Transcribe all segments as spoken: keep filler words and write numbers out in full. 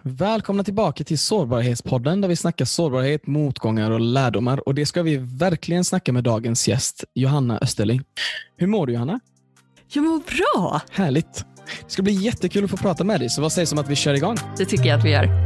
Välkomna tillbaka till Sårbarhetspodden där vi snackar sårbarhet, motgångar och lärdomar. Och det ska vi verkligen snacka med dagens gäst, Johanna Österling. Hur mår du, Johanna? Jag mår bra. Härligt. Det ska bli jättekul att få prata med dig, så vad sägs om att vi kör igång? Det tycker jag att vi gör.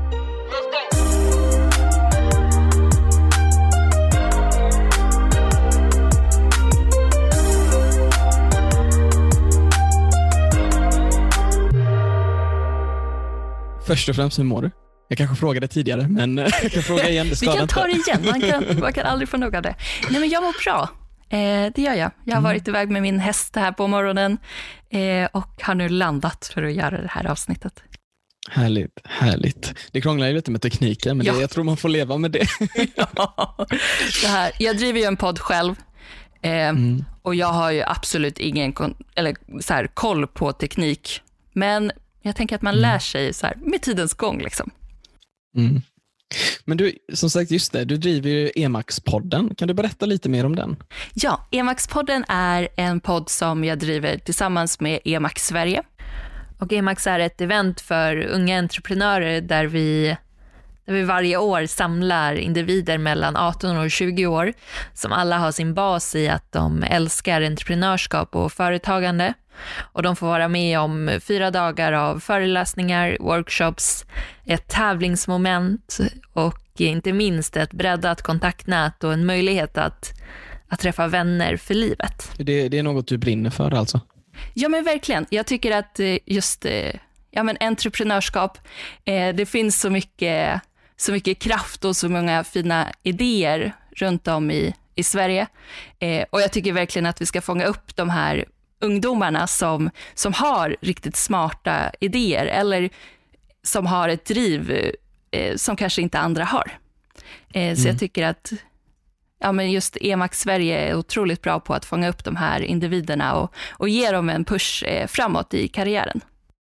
Först och främst, hur mår du? Jag kanske frågade tidigare, men jag kan fråga igen. Det vi kan inte. ta det igen, man kan, man kan aldrig få nog av det. Nej, men jag mår bra. Eh, det gör jag. Jag har mm. varit iväg med min häst här på morgonen eh, och har nu landat för att göra det här avsnittet. Härligt, härligt. Det krånglar ju lite med tekniken, men ja. det, jag tror man får leva med det. ja, det här. Jag driver ju en podd själv eh, mm. och jag har ju absolut ingen kon- eller, så här, koll på teknik. Men jag tänker att man mm. lär sig så här, med tidens gång. Liksom. Mm. Men du, som sagt, just det, du driver ju Emacs-podden. Kan du berätta lite mer om den? Ja, Emacs-podden är en podd som jag driver tillsammans med Emacs Sverige. Och Emacs är ett event för unga entreprenörer där vi, där vi varje år samlar individer mellan arton och tjugo år som alla har sin bas i att de älskar entreprenörskap och företagande. Och de får vara med om fyra dagar av föreläsningar, workshops, ett tävlingsmoment och inte minst ett breddat kontaktnät och en möjlighet att, att träffa vänner för livet. Det, det är något du brinner för alltså? Ja, men verkligen. Jag tycker att just ja, men entreprenörskap, eh, det finns så mycket, så mycket kraft och så många fina idéer runt om i, i Sverige. Eh, och jag tycker verkligen att vi ska fånga upp de här ungdomarna som, som har riktigt smarta idéer eller som har ett driv eh, som kanske inte andra har. Eh, så mm. jag tycker att ja, men just Emacs Sverige är otroligt bra på att fånga upp de här individerna och, och ge dem en push eh, framåt i karriären.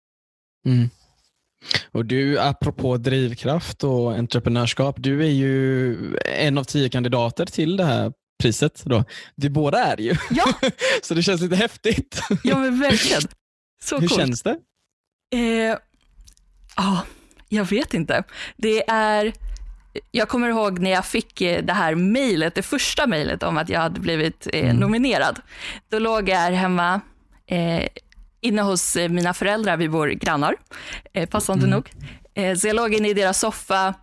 Mm. Och du, apropå drivkraft och entreprenörskap, du är ju en av tio kandidater till det här priset då. Vi båda är ju. Ja. Så det känns lite häftigt. Ja, men verkligen. Så Hur coolt. känns det? Eh, ja, jag vet inte. Det är... Jag kommer ihåg när jag fick det här mejlet, det första mejlet om att jag hade blivit eh, mm. nominerad. Då låg jag här hemma eh, inne hos mina föräldrar, vi bor grannar, eh, passande mm. nog. Eh, så jag låg inne i deras soffa,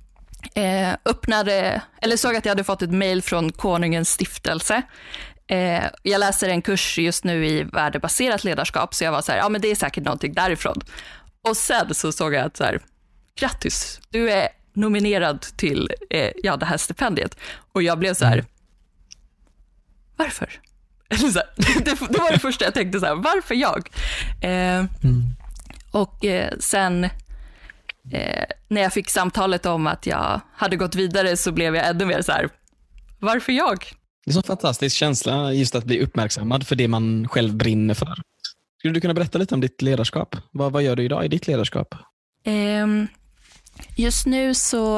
eh, öppnade, eller såg att jag hade fått ett mejl från Konungens stiftelse. Eh, jag läser en kurs just nu i värdebaserat ledarskap, så jag var så här, ja men det är säkert någonting därifrån. Och sen så såg jag att så här, grattis, du är nominerad till eh, ja, det här stipendiet. Och jag blev så här, mm. varför? Eller så här, det, det var det första jag tänkte så här, varför jag? Eh, mm. Och eh, sen eh, när jag fick samtalet om att jag hade gått vidare så blev jag ännu mer så här, varför jag? Det är så fantastisk känsla just att bli uppmärksammad för det man själv brinner för. Skulle du kunna berätta lite om ditt ledarskap? Vad, vad gör du idag i ditt ledarskap? Eh, Just nu så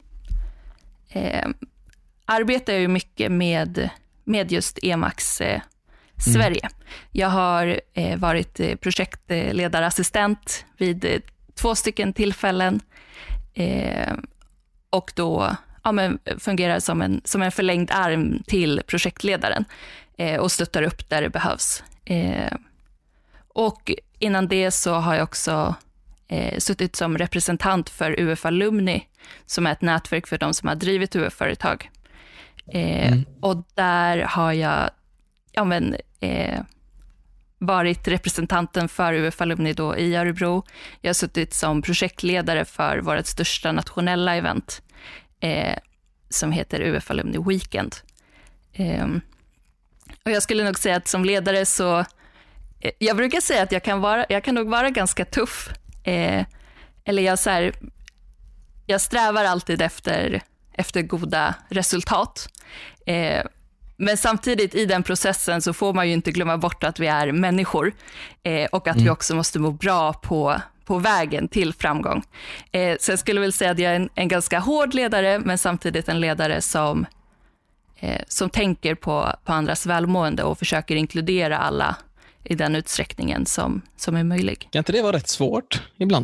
eh, arbetar jag ju mycket med, med just Emacs eh, Sverige. Mm. Jag har eh, varit projektledarassistent vid eh, två stycken tillfällen eh, och då ja, men fungerar som en, som en förlängd arm till projektledaren eh, och stöttar upp där det behövs. Eh, och innan det så har jag också Eh, suttit som representant för U F Alumni som är ett nätverk för de som har drivit U F-företag. Eh, mm. Och där har jag ja, men, eh, varit representanten för U F Alumni då i Örebro. Jag har suttit som projektledare för vårt största nationella event eh, som heter U F Alumni Weekend. Eh, och jag skulle nog säga att som ledare så eh, jag brukar säga att jag kan, vara, jag kan nog vara ganska tuff. Eh, eller jag, så här, jag strävar alltid efter, efter goda resultat. Eh, men samtidigt i den processen så får man ju inte glömma bort att vi är människor. Eh, och att mm. vi också måste må bra på, på vägen till framgång. Eh, så jag skulle väl säga att jag är en, en ganska hård ledare men samtidigt en ledare som, eh, som tänker på, på andras välmående och försöker inkludera alla i den utsträckningen som, som är möjlig. Kan inte det vara rätt svårt ibland?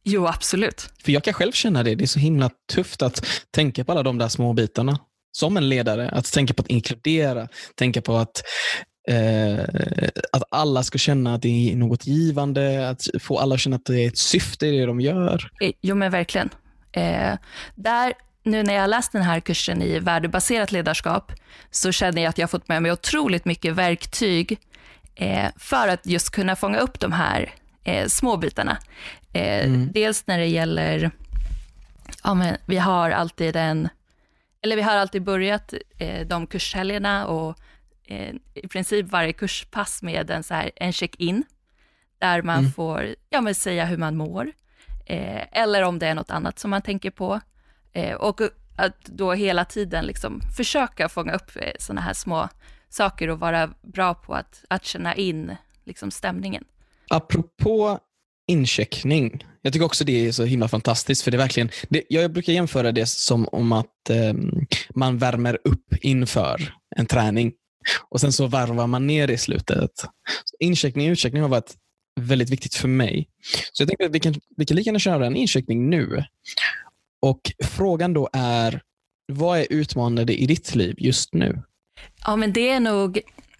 Jo, absolut. För jag kan själv känna det. Det är så himla tufft att tänka på alla de där små bitarna. Som en ledare. Att tänka på att inkludera. Tänka på att, eh, att alla ska känna att det är något givande. Att få alla att känna att det är ett syfte i det de gör. Jo, men verkligen. Eh, där, nu när jag har läst den här kursen i värdebaserat ledarskap så känner jag att jag har fått med mig otroligt mycket verktyg eh, för att just kunna fånga upp de här eh, små bitarna. Eh, mm. Dels när det gäller, ja, men vi har alltid en, eller vi har alltid börjat eh, de kurshelgerna och eh, i princip varje kurspass med en, så här, en check-in där man mm. får ja, men säga hur man mår eh, eller om det är något annat som man tänker på eh, och att då hela tiden liksom försöka fånga upp eh, såna här små saker och vara bra på att, att känna in liksom, stämningen. Apropå incheckning. Jag tycker också det är så himla fantastiskt för det är verkligen, det, jag brukar jämföra det som om att eh, man värmer upp inför en träning och sen så varvar man ner i slutet. Så incheckning och utcheckning har varit väldigt viktigt för mig. Så jag tänkte att vi kan, vi kan lika gärna köra en incheckning nu. Och frågan då är, vad är utmanande i ditt liv just nu? Ja, men det är nog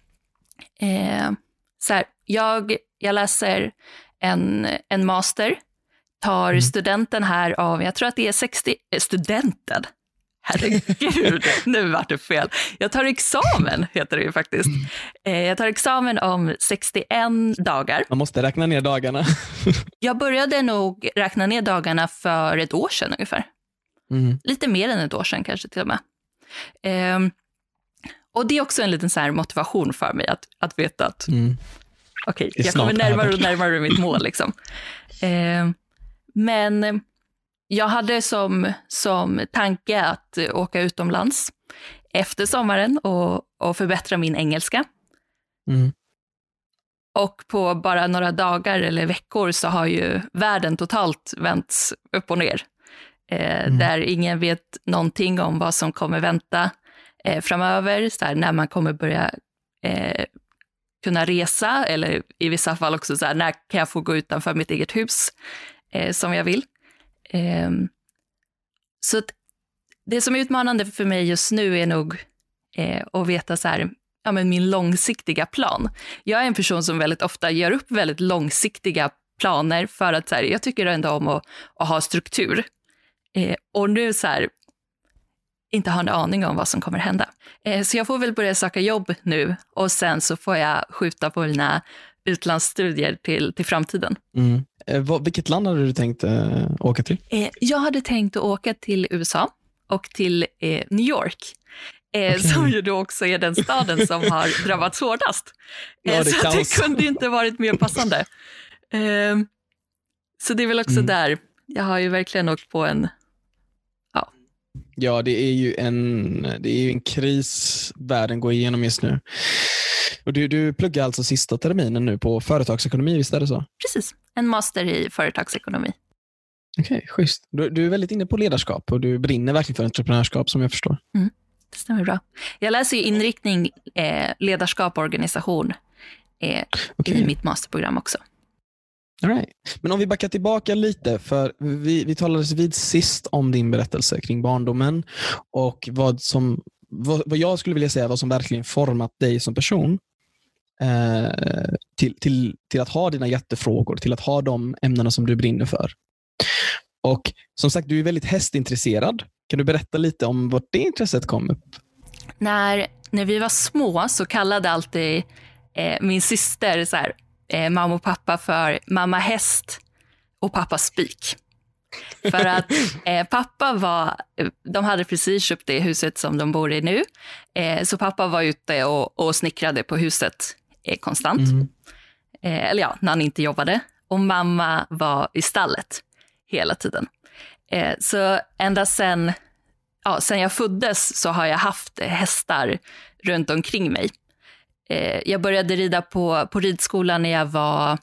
eh, så här, jag, jag läser en, en master, tar mm. studenten här av, jag tror att det är sextio, eh, studenten, herregud, nu vart det fel. Jag tar examen, heter det ju faktiskt. Eh, jag tar examen om sextioen dagar. Man måste räkna ner dagarna. Jag började nog räkna ner dagarna för ett år sedan ungefär. Mm. Lite mer än ett år sedan kanske till och med. Eh, och det är också en liten så här motivation för mig att, att veta att mm. okej, okay, jag kommer närmare och närmare mitt mål. Liksom. Eh, men jag hade som, som tanke att åka utomlands efter sommaren och, och förbättra min engelska. Mm. Och på bara några dagar eller veckor så har ju världen totalt vänts upp och ner. Eh, mm. Där ingen vet någonting om vad som kommer vänta eh, framöver. Så här, när man kommer börja eh, kunna resa eller i vissa fall också så här, när kan jag få gå utanför mitt eget hus eh, som jag vill. Eh, så att det som är utmanande för mig just nu är nog eh, att veta så här, ja, men min långsiktiga plan. Jag är en person som väldigt ofta gör upp väldigt långsiktiga planer för att så här, jag tycker ändå om att, att ha struktur. Eh, och nu så här, inte ha en aning om vad som kommer hända. Eh, så jag får väl börja söka jobb nu och sen så får jag skjuta på mina utlandsstudier till, till framtiden. Mm. Eh, vad, vilket land hade du tänkt eh, åka till? Eh, jag hade tänkt att åka till U S A och till eh, New York. Eh, okay. Som ju då också är den staden som har drabbats hårdast. Eh, ja, det så det kunde inte varit mer passande. Eh, så det är väl också mm. där. Jag har ju verkligen åkt på en... Ja, ja det är ju en, det är ju en kris världen går igenom just nu. Och du, du pluggar alltså sista terminen nu på företagsekonomi, visst är det så? Precis, en master i företagsekonomi. Okej, okay, schysst. Du, du är väldigt inne på ledarskap och du brinner verkligen för entreprenörskap som jag förstår. Mm, det stämmer bra. Jag läser ju inriktning eh, ledarskap och organisation eh, okay. i mitt masterprogram också. All right. Men om vi backar tillbaka lite, för vi, vi talades vid sist om din berättelse kring barndomen och vad som vad, vad jag skulle vilja säga vad som verkligen format dig som person eh, till, till, till att ha dina hjärtefrågor, till att ha de ämnena som du brinner för. Och som sagt, du är väldigt hästintresserad. Kan du berätta lite om vart det intresset kom upp? När, när vi var små så kallade alltid eh, min syster så här, eh, mamma och pappa för mamma häst och pappa spik. För att eh, pappa var, de hade precis köpt det huset som de bor i nu. Eh, så pappa var ute och, och snickrade på huset eh, konstant. Mm. Eh, eller ja, när han inte jobbade. Och mamma var i stallet hela tiden. Eh, så ända sen, ja, sen jag föddes så har jag haft hästar runt omkring mig. Eh, jag började rida på, på ridskolan när jag var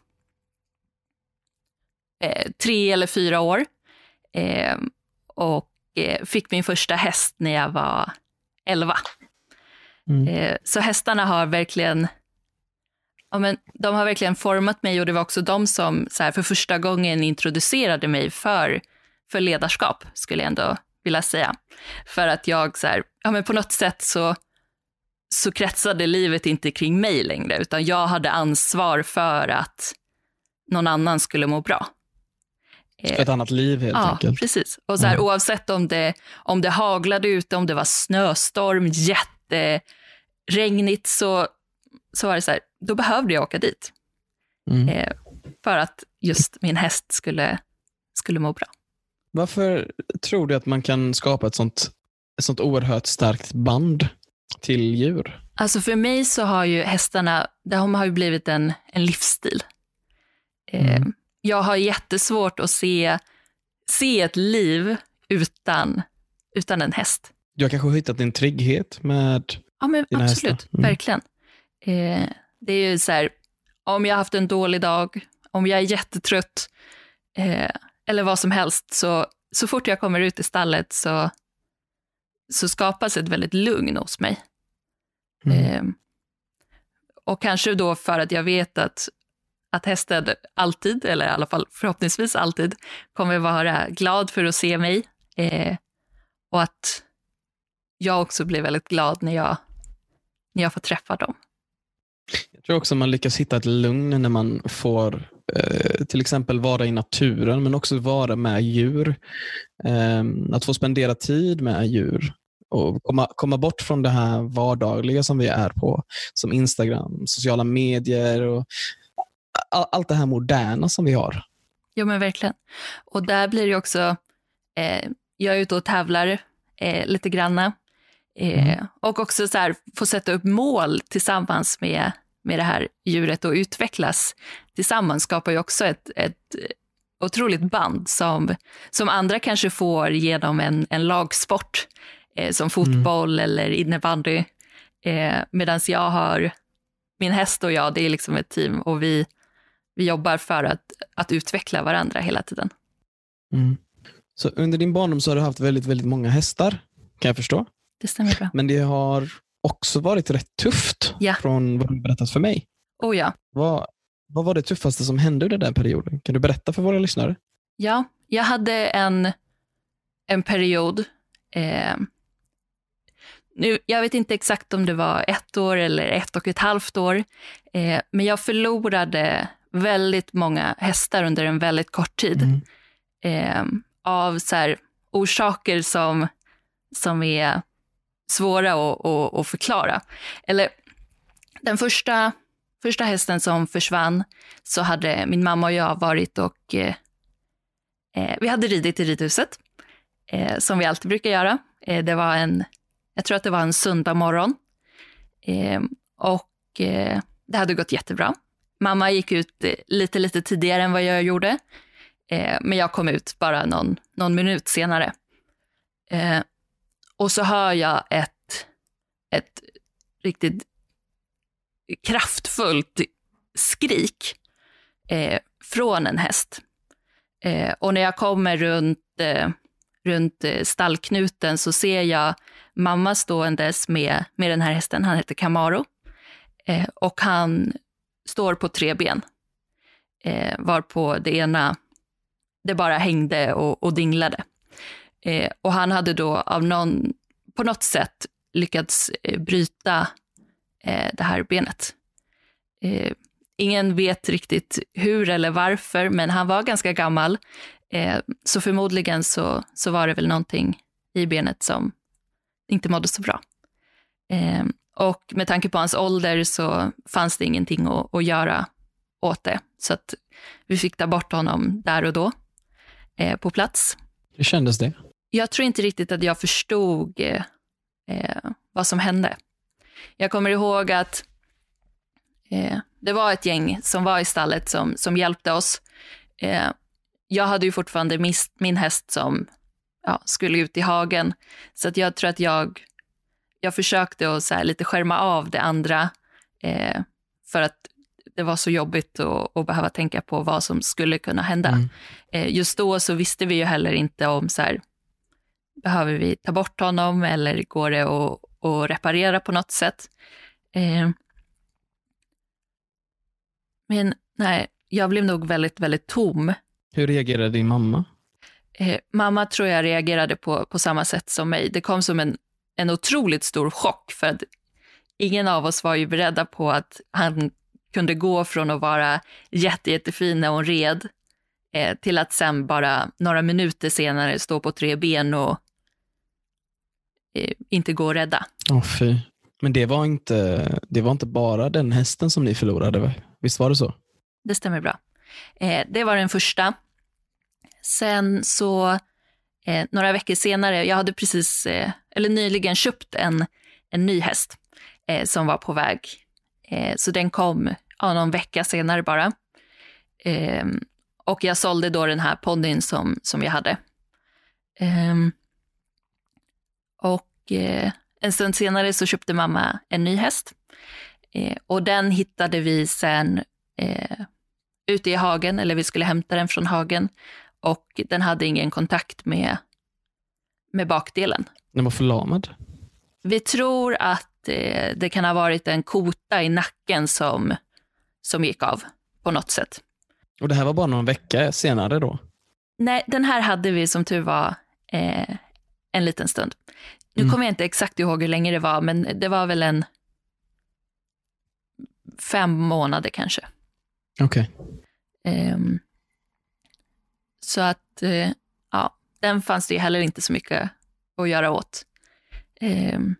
eh, tre eller fyra år. Eh, och eh, fick min första häst när jag var elva. Mm. Eh, så hästarna har verkligen Ja, men de har verkligen format mig och det var också de som så här, för första gången introducerade mig för, för ledarskap, skulle jag ändå vilja säga. För att jag så här, ja, men på något sätt så, så kretsade livet inte kring mig längre, utan jag hade ansvar för att någon annan skulle må bra. För ett annat liv helt ja, enkelt. Ja, precis. Och så här, mm. oavsett om det, om det haglade ute, om det var snöstorm, jätteregnigt, så, så var det så här, då behövde jag åka dit. Mm. Eh, för att just min häst skulle, skulle må bra. Varför tror du att man kan skapa ett sånt, ett sånt oerhört starkt band till djur? Alltså för mig så har ju hästarna, det har ju blivit en, en livsstil. Eh, mm. Jag har jättesvårt att se, se ett liv utan, utan en häst. Du har kanske hittat din trygghet med ja, men dina absolut, hästar? Mm. Verkligen. Eh, det är ju så här, om jag har haft en dålig dag, om jag är jättetrött eh, eller vad som helst, så, så fort jag kommer ut i stallet så, så skapas ett väldigt lugn hos mig. Mm. Eh, och kanske då för att jag vet att att hästen alltid, eller i alla fall förhoppningsvis alltid, kommer vara glad för att se mig. Eh, och att jag också blir väldigt glad när jag, när jag får träffa dem. Jag tror också man lyckas hitta ett lugn när man får eh, till exempel vara i naturen, men också vara med djur. Eh, att få spendera tid med djur. Och komma, komma bort från det här vardagliga som vi är på. Som Instagram, sociala medier och allt det här moderna som vi har. Ja, men verkligen. Och där blir det också, eh, jag är ute och tävlar eh, lite granna. Eh, mm. Och också så här, få sätta upp mål tillsammans med, med det här djuret och utvecklas tillsammans skapar ju också ett, ett otroligt band som, som andra kanske får genom en, en lagsport eh, som fotboll mm. eller innebandy. Eh, Medan jag har min häst och jag, det är liksom ett team och vi Vi jobbar för att, att utveckla varandra hela tiden. Mm. Så under din barndom så har du haft väldigt, väldigt många hästar, kan jag förstå. Det stämmer bra. Men det har också varit rätt tufft ja. från vad du berättat för mig. Oh ja. Vad, vad var det tuffaste som hände under den perioden? Kan du berätta för våra lyssnare? Ja, jag hade en, en period. Eh, nu, jag vet inte exakt om det var ett år eller ett och ett halvt år. Eh, men jag förlorade väldigt många hästar under en väldigt kort tid. Mm. Eh, av så här, orsaker som, som är svåra att, att, att förklara. Eller den första, första hästen som försvann så hade min mamma och jag varit och eh, vi hade ridit i ridhuset eh, som vi alltid brukar göra. Eh, det var en, jag tror att det var en söndag morgon eh, och eh, det hade gått jättebra. Mamma gick ut lite, lite tidigare än vad jag gjorde. Eh, men jag kom ut bara någon, någon minut senare. Eh, och så hör jag ett, ett riktigt kraftfullt skrik eh, från en häst. Eh, och när jag kommer runt, eh, runt stallknuten så ser jag mamma ståendes med, med den här hästen. Han heter Camaro. Eh, och han står på tre ben. Eh, var på det ena det bara hängde och, och dinglade. Eh, och han hade då av någon, på något sätt lyckats eh, bryta eh, det här benet. Eh, ingen vet riktigt hur eller varför, men han var ganska gammal. Eh, så förmodligen så, så var det väl någonting i benet som inte mådde så bra. Eh, och med tanke på hans ålder så fanns det ingenting att, att göra åt det. Så att vi fick ta bort honom där och då eh, på plats. Hur kändes det? Jag tror inte riktigt att jag förstod eh, vad som hände. Jag kommer ihåg att eh, det var ett gäng som var i stallet som, som hjälpte oss. Eh, jag hade ju fortfarande mist min häst som ja, skulle ut i hagen. Så att jag tror att jag, jag försökte att så här, lite skärma av det andra. Eh, för att det var så jobbigt att, att behöva tänka på vad som skulle kunna hända. Mm. Eh, just då så visste vi ju heller inte om så här, behöver vi ta bort honom eller går det att, att reparera på något sätt. Eh, Men nej, jag blev nog väldigt, väldigt tom. Hur reagerade din mamma? Eh, mamma tror jag reagerade på, på samma sätt som mig. Det kom som en, en otroligt stor chock för att ingen av oss var ju beredda på att han kunde gå från att vara jätte, jättefin när hon red eh, till att sen bara några minuter senare stå på tre ben och eh, inte gå och rädda. Åh oh, fy. Men det var, inte, det var inte bara den hästen som ni förlorade, va? Visst var det så? Det stämmer bra. Eh, det var den första. Sen så eh, några veckor senare, jag hade precis, eh, eller nyligen köpt en, en ny häst eh, som var på väg. Eh, så den kom ja, någon vecka senare bara. Eh, och jag sålde då den här ponnyn som, som jag hade. Eh, och eh, en stund senare så köpte mamma en ny häst. Eh, och den hittade vi sen eh, ute i hagen, eller vi skulle hämta den från hagen. Och den hade ingen kontakt med, med bakdelen. Den var förlamad? Vi tror att eh, det kan ha varit en kota i nacken som, som gick av på något sätt. Och det här var bara någon vecka senare då? Nej, den här hade vi som tur var eh, en liten stund. Nu mm. kommer jag inte exakt ihåg hur länge det var, men det var väl en fem månader kanske. Okej. Okay. Um, så att, uh, ja, den fanns det ju heller inte så mycket att göra åt. Um,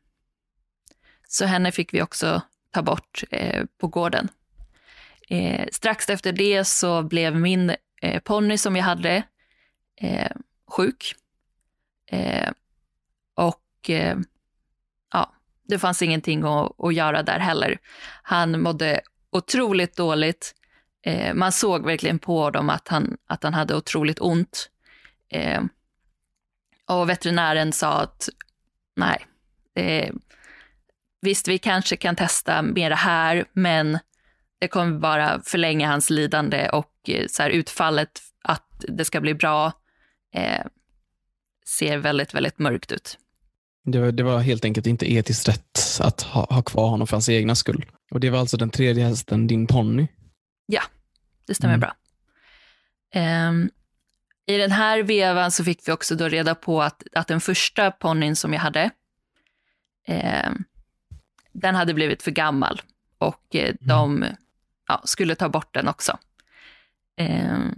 så henne fick vi också ta bort uh, på gården. Uh, strax efter det så blev min uh, ponny som jag hade uh, sjuk. Uh, och uh, ja, det fanns ingenting att, att göra där heller. Han mådde otroligt dåligt. Eh, man såg verkligen på dem att han, att han hade otroligt ont. Eh, och veterinären sa att nej, eh, visst vi kanske kan testa mera här, men det kommer bara förlänga hans lidande och eh, så här, utfallet att det ska bli bra eh, ser väldigt, väldigt mörkt ut. Det var, det var helt enkelt inte etiskt rätt att ha, ha kvar honom för hans egna skull. Och det var alltså den tredje hästen, din ponny? Ja, det stämmer mm. bra. Um, I den här vevan så fick vi också då reda på att, att den första ponnyn som jag hade, um, den hade blivit för gammal. Och uh, mm. de ja, skulle ta bort den också. Um,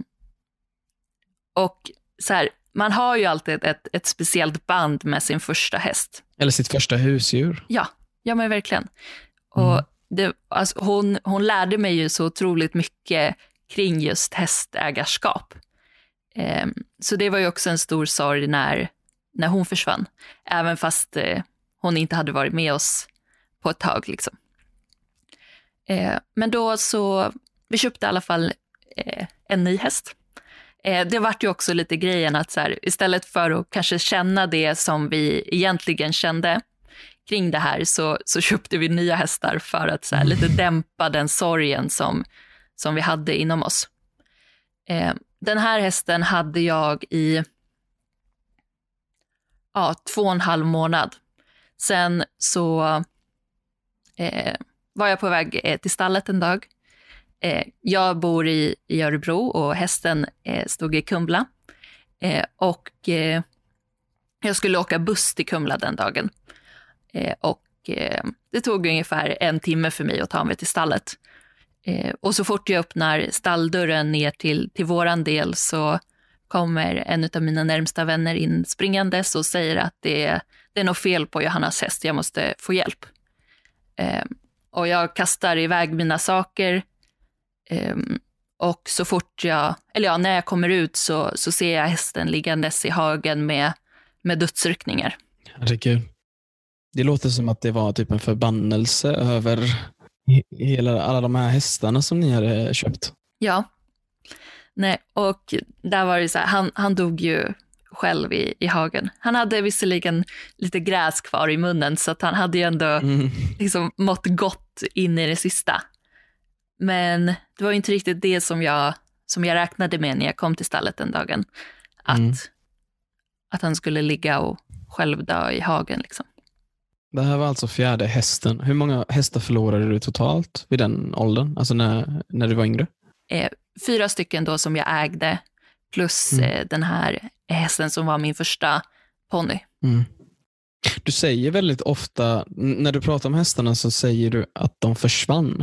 och så här, man har ju alltid ett, ett speciellt band med sin första häst. Eller sitt första husdjur. Ja, ja men verkligen. Och mm. det, alltså, hon, hon lärde mig ju så otroligt mycket kring just hästägarskap. Eh, så det var ju också en stor sorg när, när hon försvann. Även fast eh, hon inte hade varit med oss på ett tag. Liksom. Eh, men då så, vi köpte i alla fall eh, en ny häst. Eh, det var ju också lite grejen att så här, istället för att kanske känna det som vi egentligen kände kring det här så, så köpte vi nya hästar för att så här, lite dämpa den sorgen som, som vi hade inom oss. Eh, den här hästen hade jag i ja, två och en halv månad. Sen så eh, var jag på väg eh, till stallet en dag. Eh, jag bor i, i Örebro och hästen eh, stod i Kumla. Eh, och eh, jag skulle åka buss till Kumla den dagen. Eh, och eh, det tog ungefär en timme för mig att ta mig till stallet. Eh, och så fort jag öppnar stalldörren ner till, till våran del så kommer en av mina närmsta vänner in springandes och säger att det, det är något fel på Johannas häst, jag måste få hjälp. Eh, och jag kastar iväg mina saker eh, och så fort jag, eller ja, när jag kommer ut så, så ser jag hästen liggandes i hagen med, med dödsryckningar. Herregud. Det låter som att det var typ en förbannelse över hela, alla de här hästarna som ni hade köpt. Ja. Nej, och där var det så här, han, han dog ju själv i, i hagen. Han hade visserligen lite gräs kvar i munnen så att han hade ju ändå mm. liksom mått gott in i det sista. Men det var ju inte riktigt det som jag, som jag räknade med när jag kom till stallet den dagen. Att, mm. att han skulle ligga och själv dö i hagen liksom. Det här var alltså fjärde hästen. Hur många hästar förlorade du totalt vid den åldern? Alltså när, när du var yngre? Eh, fyra stycken då som jag ägde. Plus Mm. eh, den här hästen som var min första ponny. Mm. Du säger väldigt ofta, när du pratar om hästarna så säger du att de försvann.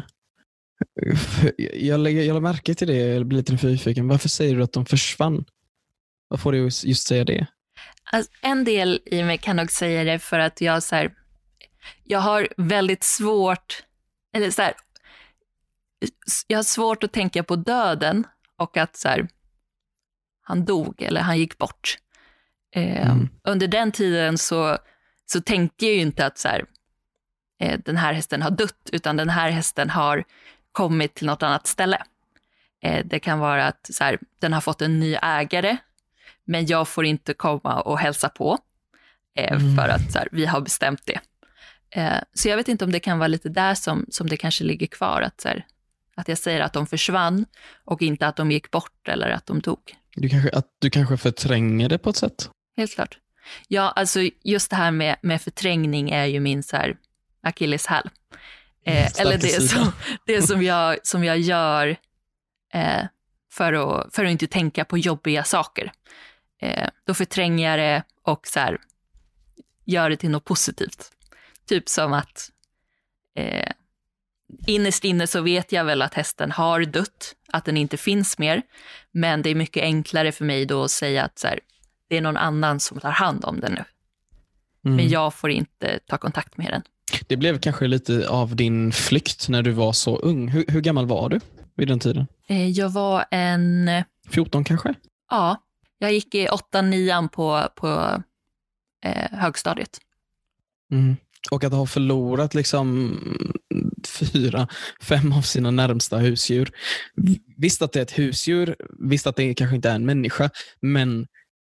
Jag lägger, jag lägger märke till det, jag blir lite nyfiken. Varför säger du att de försvann? Vad får du just säga det? Alltså, en del i mig kan nog säga det för att jag så här, jag har väldigt svårt, eller så här, jag har svårt att tänka på döden och att så här, han dog eller han gick bort. Eh, mm. Under den tiden så, så tänkte jag ju inte att så här, eh, den här hästen har dött, utan den här hästen har kommit till något annat ställe. Eh, det kan vara att så här, den har fått en ny ägare, men jag får inte komma och hälsa på eh, mm. för att så här, vi har bestämt det. Eh, så jag vet inte om det kan vara lite där som, som det kanske ligger kvar. Att, så här, att jag säger att de försvann och inte att de gick bort eller att de dog. Du kanske, att du kanske förtränger det på ett sätt? Helt klart. Ja, alltså just det här med, med förträngning är ju min så här akilleshäl. Eh, eller det som, det som, jag, som jag gör eh, för, att, för att inte tänka på jobbiga saker. Eh, då förtränger jag det och så här, gör det till något positivt. Typ som att eh, innerst inne så vet jag väl att hästen har dött, att den inte finns mer. Men det är mycket enklare för mig då att säga att så här, det är någon annan som tar hand om den nu. Mm. Men jag får inte ta kontakt med den. Det blev kanske lite av din flykt när du var så ung. Hur, hur gammal var du vid den tiden? Eh, jag var en... fjorton kanske? Ja, jag gick i åtta nian på, på eh, högstadiet. Mm. Och att ha förlorat liksom fyra, fem av sina närmsta husdjur. Visst att det är ett husdjur, visst att det kanske inte är en människa, men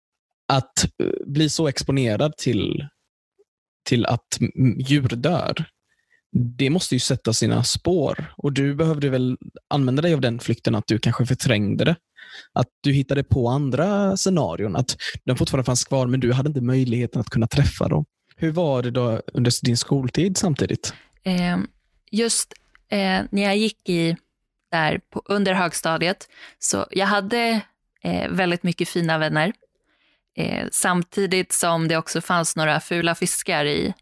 att bli så exponerad till, till att djur dör, det måste ju sätta sina spår. Och du behövde väl använda dig av den flykten, att du kanske förträngde det. Att du hittade på andra scenarion, att de fortfarande fanns kvar, men du hade inte möjligheten att kunna träffa dem. Hur var det då under din skoltid samtidigt? Eh, just eh, när jag gick i där på, under högstadiet, så jag hade eh, väldigt mycket fina vänner. Eh, samtidigt som det också fanns några fula fiskar i,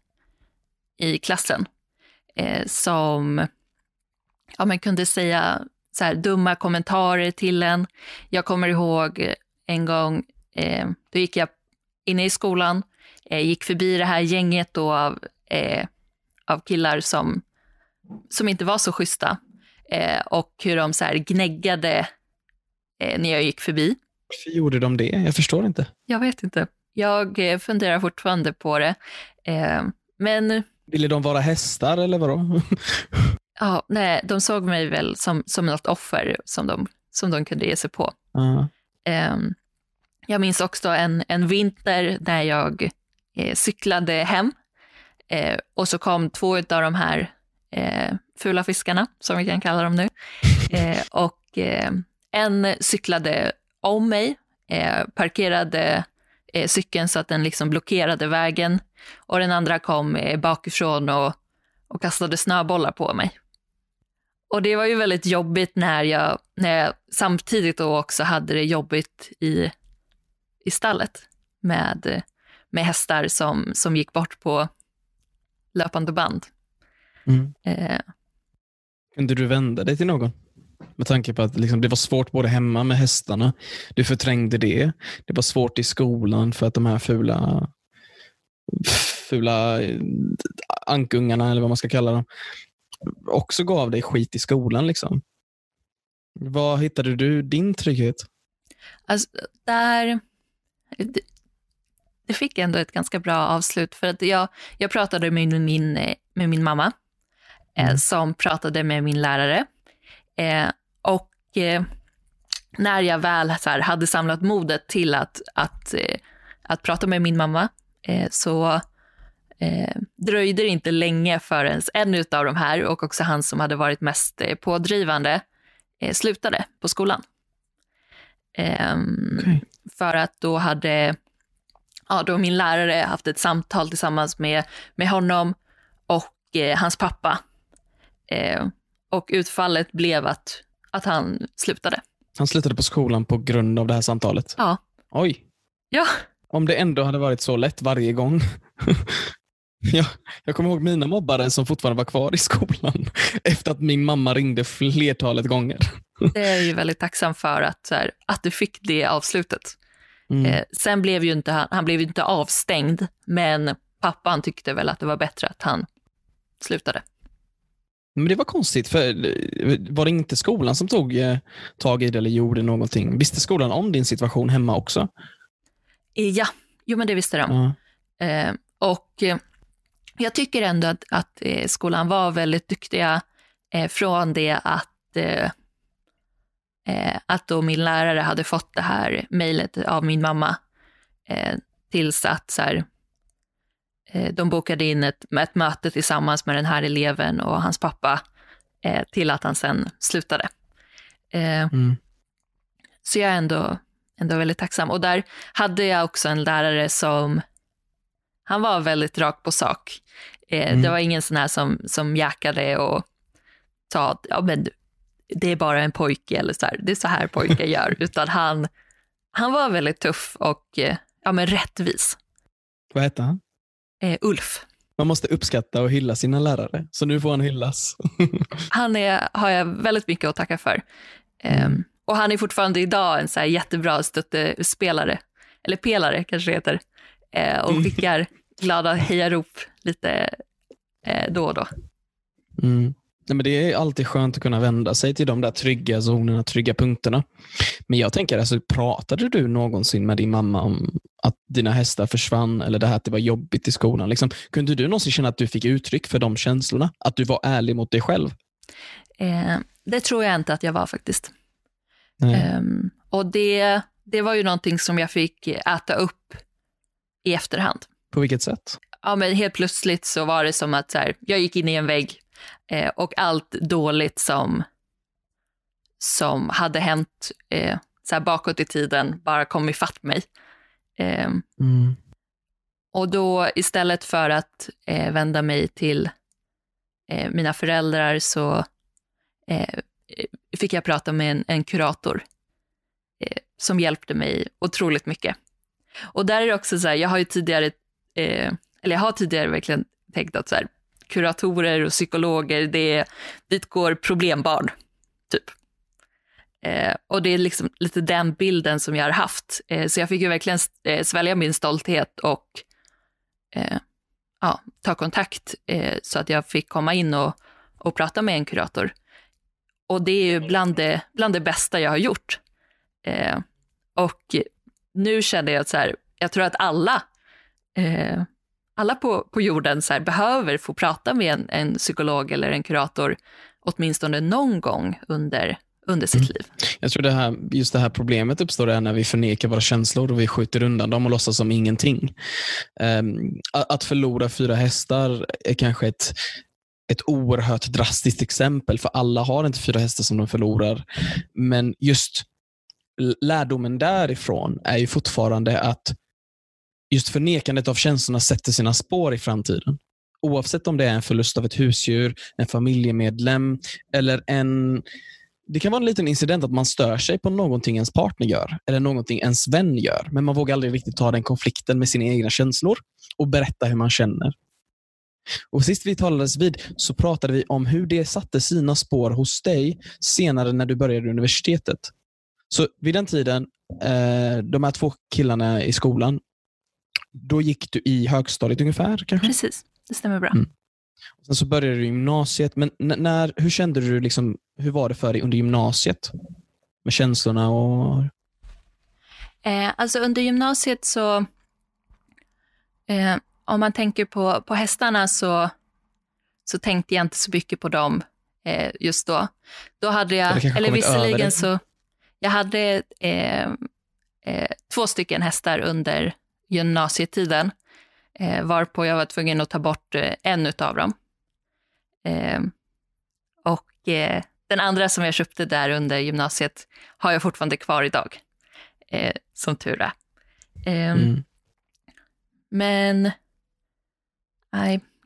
i klassen. Eh, som ja, man kunde säga så här, dumma kommentarer till en. Jag kommer ihåg en gång, eh, då gick jag inne i skolan, eh, gick förbi det här gänget då av, eh, av killar som, som inte var så schyssta. Eh, och hur de så här gnäggade eh, när jag gick förbi. Varför gjorde de det? Jag förstår inte. Jag vet inte. Jag eh, funderar fortfarande på det. Eh, men... Ville de vara hästar eller vadå? Ja, nej, de såg mig väl som, som något offer som de, som de kunde ge sig på. Uh. Eh, jag minns också en, en vinter när jag eh, cyklade hem. Eh, och så kom två av de här eh, fula fiskarna, som vi kan kalla dem nu. Eh, och eh, en cyklade om mig, eh, parkerade eh, cykeln så att den liksom blockerade vägen. Och den andra kom eh, bakifrån och, och kastade snöbollar på mig. Och det var ju väldigt jobbigt när jag, när jag samtidigt då också hade det jobbigt i, i stallet med, med hästar som, som gick bort på löpande band. Mm. Eh. Kunde du vända dig till någon? Med tanke på att liksom, det var svårt både hemma med hästarna. Du förträngde det. Det var svårt i skolan för att de här fula fula ankungarna, eller vad man ska kalla dem, också gav dig skit i skolan. Liksom. Var hittade du din trygghet? Alltså, där... Det, det fick ändå ett ganska bra avslut. För att jag, jag pratade med min, med min mamma. Mm. Eh, som pratade med min lärare. Eh, och eh, när jag väl så här, hade samlat modet till att, att, eh, att prata med min mamma, eh, så eh, dröjde det inte länge förrän en av de här, och också han som hade varit mest eh, pådrivande, eh, slutade på skolan. Eh, okay. För att då hade ja, då min lärare haft ett samtal tillsammans med, med honom, eh, hans pappa. Eh, och utfallet blev att, att han slutade. Han slutade på skolan på grund av det här samtalet? Ja. Oj. Ja. Om det ändå hade varit så lätt varje gång. Ja, jag kommer ihåg mina mobbare som fortfarande var kvar i skolan efter att min mamma ringde flertalet gånger. Det är ju väldigt tacksam för att, så här, att du fick det avslutet. Mm. Eh, sen blev ju inte han, han blev ju inte avstängd, men pappan tyckte väl att det var bättre att han slutade. Men det var konstigt, för var det inte skolan som tog eh, tag i det eller gjorde någonting? Visste skolan om din situation hemma också? Eh, ja, jo men det visste de. Ja. Eh, och eh, jag tycker ändå att, att eh, skolan var väldigt duktiga eh, från det att eh, eh, att då min lärare hade fått det här mejlet av min mamma eh, tills att så här, eh, de bokade in ett, ett möte tillsammans med den här eleven och hans pappa eh, till att han sen slutade. Eh, mm. Så jag är ändå, ändå väldigt tacksam. Och där hade jag också en lärare som han var väldigt rak på sak. Eh, mm. Det var ingen sån här som, som jäkade och sa att ja, men det är bara en pojke eller så här, det är så här pojkar gör. Utan han, han var väldigt tuff och eh, ja, men rättvis. Vad heter han? Eh, Ulf. Man måste uppskatta och hylla sina lärare, så nu får han hyllas. Han är, har jag väldigt mycket att tacka för. Eh, mm. Och han är fortfarande idag en så här jättebra stöttespelare, eller pelare kanske det heter, eh, och skickar glada hejarop lite eh, då och då. Mm. Nej, men det är alltid skönt att kunna vända sig till de där trygga zonerna, trygga punkterna. Men jag tänker, alltså, pratade du någonsin med din mamma om att dina hästar försvann eller det här att det var jobbigt i skolan? Liksom, kunde du någonsin känna att du fick uttryck för de känslorna? Att du var ärlig mot dig själv? Eh, det tror jag inte att jag var faktiskt. Eh, och det, det var ju någonting som jag fick äta upp i efterhand. På vilket sätt? Ja, men helt plötsligt så var det som att så här, jag gick in i en vägg eh, och allt dåligt som, som hade hänt eh, så här bakåt i tiden bara kom ifatt mig. Eh, mm. Och då istället för att eh, vända mig till eh, mina föräldrar så eh, fick jag prata med en, en kurator eh, som hjälpte mig otroligt mycket. Och där är det också så här, jag har ju tidigare eh, eller jag har tidigare verkligen tänkt att så här, kuratorer och psykologer, det, dit går problembarn typ. Eh, och det är liksom lite den bilden som jag har haft. Eh, så jag fick ju verkligen eh, svälja min stolthet och eh, ja, ta kontakt eh, så att jag fick komma in och, och prata med en kurator. Och det är ju bland det, bland det bästa jag har gjort. Eh, och nu känner jag att så här, jag tror att alla eh, alla på, på jorden så här, behöver få prata med en, en psykolog eller en kurator åtminstone någon gång under, under sitt mm. liv. Jag tror det här, just det här problemet uppstår där när vi förnekar våra känslor och vi skjuter undan dem och låtsas som ingenting. Um, att förlora fyra hästar är kanske ett ett oerhört drastiskt exempel, för alla har inte fyra hästar som de förlorar. Men just lärdomen därifrån är ju fortfarande att just förnekandet av känslorna sätter sina spår i framtiden. Oavsett om det är en förlust av ett husdjur, en familjemedlem eller en... Det kan vara en liten incident att man stör sig på någonting ens partner gör eller någonting ens vän gör, men man vågar aldrig riktigt ta den konflikten med sina egna känslor och berätta hur man känner. Och sist vi talades vid så pratade vi om hur det satte sina spår hos dig senare när du började universitetet. Så vid den tiden, eh, de här två killarna i skolan, då gick du i högstadiet ungefär kanske? Precis, det stämmer bra. Mm. Och sen så började du i gymnasiet, men n- när, hur kände du liksom, hur var det för dig under gymnasiet? Med känslorna och... Eh, alltså under gymnasiet så... Eh, om man tänker på, på hästarna så, så tänkte jag inte så mycket på dem eh, just då. Då hade jag, eller visserligen så, jag hade eh, eh, två stycken hästar under gymnasietiden, eh, varpå jag var tvungen att ta bort eh, en utav dem. Eh, och eh, den andra som jag köpte där under gymnasiet har jag fortfarande kvar idag, eh, som tur är. Eh, mm. Men... Nej,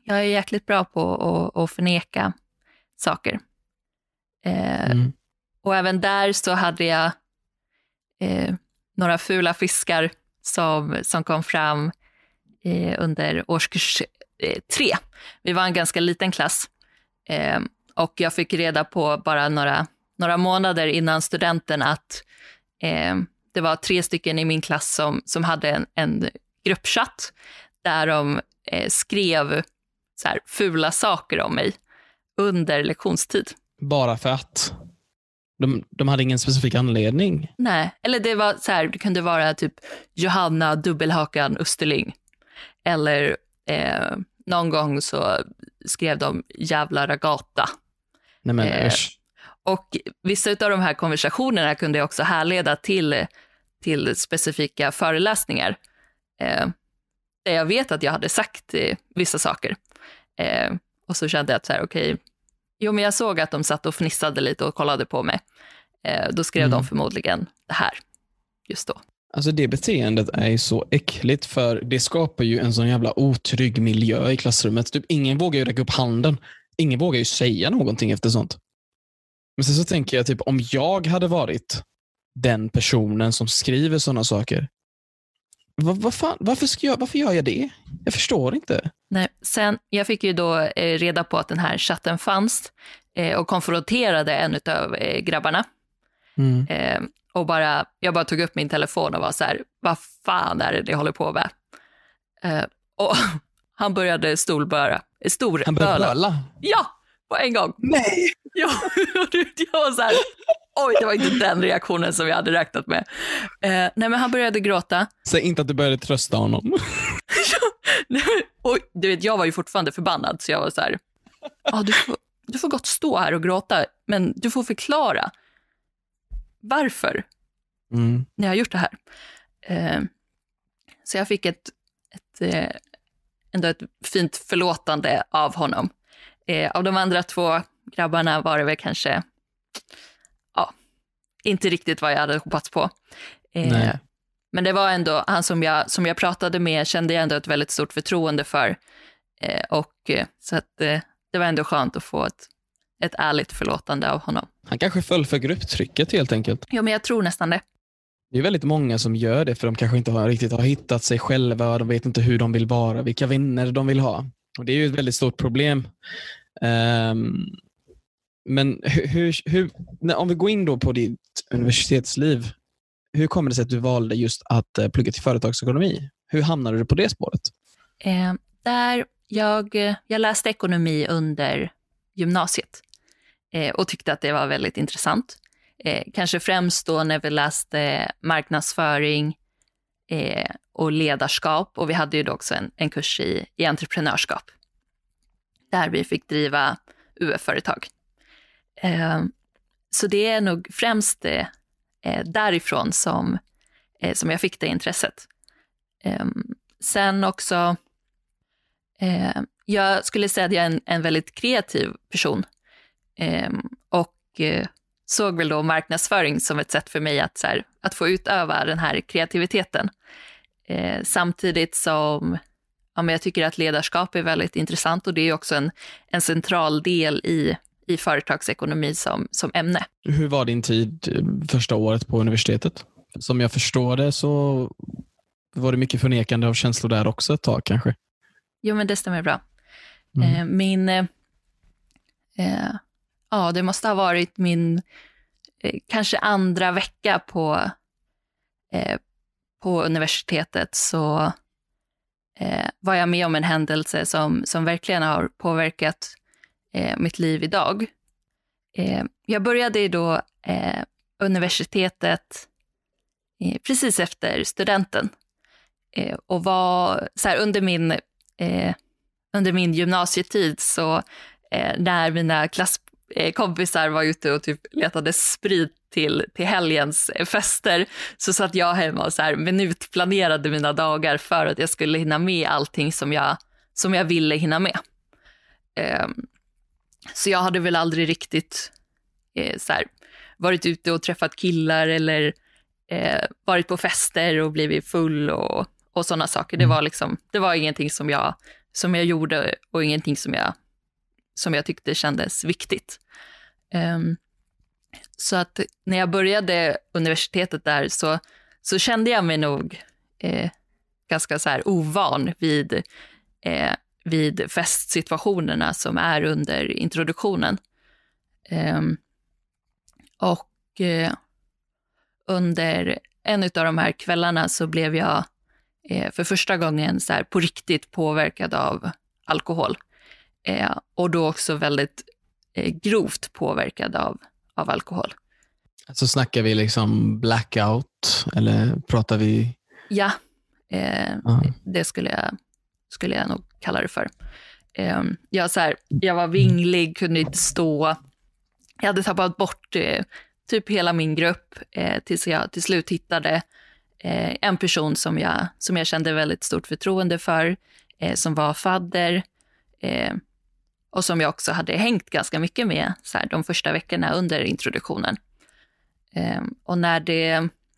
jag är jäkligt bra på att, att förneka saker. Eh, mm. Och även där så hade jag eh, några fula fiskar som, som kom fram eh, under årskurs eh, tre. Vi var en ganska liten klass eh, och jag fick reda på bara några, några månader innan studenten att eh, det var tre stycken i min klass som, som hade en, en gruppchatt där de eh, skrev så här fula saker om mig under lektionstid. Bara för att? De, de hade ingen specifik anledning? Nej, eller det var så här, det kunde vara typ Johanna Dubbelhakan Österling. Eller eh, någon gång så skrev de jävla ragata. Nej men eh, Och vissa av de här konversationerna kunde jag också härleda till, till specifika föreläsningar. Eh, där jag vet att jag hade sagt eh, vissa saker. Eh, och så kände jag att så här, okej, okay, jo men jag såg att de satt och fnissade lite och kollade på mig. Eh, då skrev mm. de förmodligen det här just då. Alltså det beteendet är ju så äckligt, för det skapar ju en sån jävla otrygg miljö i klassrummet. Typ ingen vågar ju räcka upp handen. Ingen vågar ju säga någonting efter sånt. Men sen så tänker jag typ, om jag hade varit den personen som skriver såna saker, vad, vad fan, varför, ska jag, varför gör jag det? Jag förstår inte. Nej, sen, jag fick ju då eh, reda på att den här chatten fanns eh, och konfronterade en av eh, grabbarna. Mm. Eh, och bara, jag bara tog upp min telefon och var så här, vad fan är det det håller på med? Eh, och han började stolböra. Stor han började böla? Ja, på en gång. Nej! Ja, jag var så här, oj, det var inte den reaktionen som jag hade räknat med. Eh, nej, men han började gråta. Säg inte att du började trösta honom. Och du vet, jag var ju fortfarande förbannad, så jag var så här, ah, du, får, du får gott stå här och gråta, men du får förklara varför mm. ni har gjort det här. Eh, så jag fick ett, ett, eh, ändå ett fint förlåtande av honom. Eh, av de andra två grabbarna var det väl kanske ja, inte riktigt vad jag hade hoppats på. Eh, men det var ändå han som jag, som jag pratade med, kände jag ändå ett väldigt stort förtroende för. Eh, och eh, så att eh, det var ändå skönt att få ett, ett ärligt förlåtande av honom. Han kanske föll för grupptrycket helt enkelt. Ja, men jag tror nästan det. Det är väldigt många som gör det, för de kanske inte har, riktigt har hittat sig själva. De vet inte hur de vill vara, vilka vänner de vill ha. Och det är ju ett väldigt stort problem. Um, men hur, hur, om vi går in då på ditt universitetsliv, hur kommer det sig att du valde just att uh, plugga till företagsekonomi? Hur hamnade du på det spåret? Eh, där jag, jag läste ekonomi under gymnasiet eh, och tyckte att det var väldigt intressant. Eh, kanske främst då när vi läste marknadsföring eh, och ledarskap, och vi hade ju då också en, en kurs i, i entreprenörskap där vi fick driva U F-företag. Eh, så det är nog främst eh, därifrån som, eh, som jag fick det intresset. Eh, sen också, eh, jag skulle säga att jag är en, en väldigt kreativ person eh, och eh, såg väl då marknadsföring som ett sätt för mig att, så här, att få utöva den här kreativiteten. Eh, samtidigt som ja, men jag tycker att ledarskap är väldigt intressant, och det är också en, en central del i, i företagsekonomi som, som ämne. Hur var din tid första året på universitetet? Som jag förstår det så var det mycket förnekande av känslor där också ett tag kanske. Jo, men det stämmer bra. Mm. Eh, min... Eh, ja, det måste ha varit min eh, kanske andra vecka på, eh, på universitetet, så eh, var jag med om en händelse som, som verkligen har påverkat eh, mitt liv idag. Eh, jag började då eh, universitetet eh, precis efter studenten eh, och var så här, under min eh, under min gymnasietid, så eh, när mina klasskompisar var ute och typ letade sprit till, till helgens fester, så satt jag hemma och så här minutplanerade mina dagar för att jag skulle hinna med allting som jag, som jag ville hinna med. Eh, så jag hade väl aldrig riktigt eh, så här, varit ute och träffat killar eller eh, varit på fester och blivit full och, och sådana saker. Det var liksom, det var ingenting som jag som jag gjorde och ingenting som jag, som jag tyckte kändes viktigt. Um, så att när jag började universitetet där så, så kände jag mig nog eh, ganska så här ovan vid, eh, vid festsituationerna som är under introduktionen. Um, och eh, under en av de här kvällarna så blev jag eh, för första gången så här på riktigt påverkad av alkohol. Eh, och då också väldigt eh, grovt påverkad av, av alkohol. Så snackar vi liksom blackout eller pratar vi? Ja, eh, det skulle jag, skulle jag nog kalla det för. Eh, jag, så här, jag var vinglig, kunde inte stå. Jag hade tappat bort eh, typ hela min grupp eh, tills jag till slut hittade eh, en person som jag, som jag kände väldigt stort förtroende för, eh, som var fadder eh, och som jag också hade hängt ganska mycket med så här, de första veckorna under introduktionen. Eh, och när det,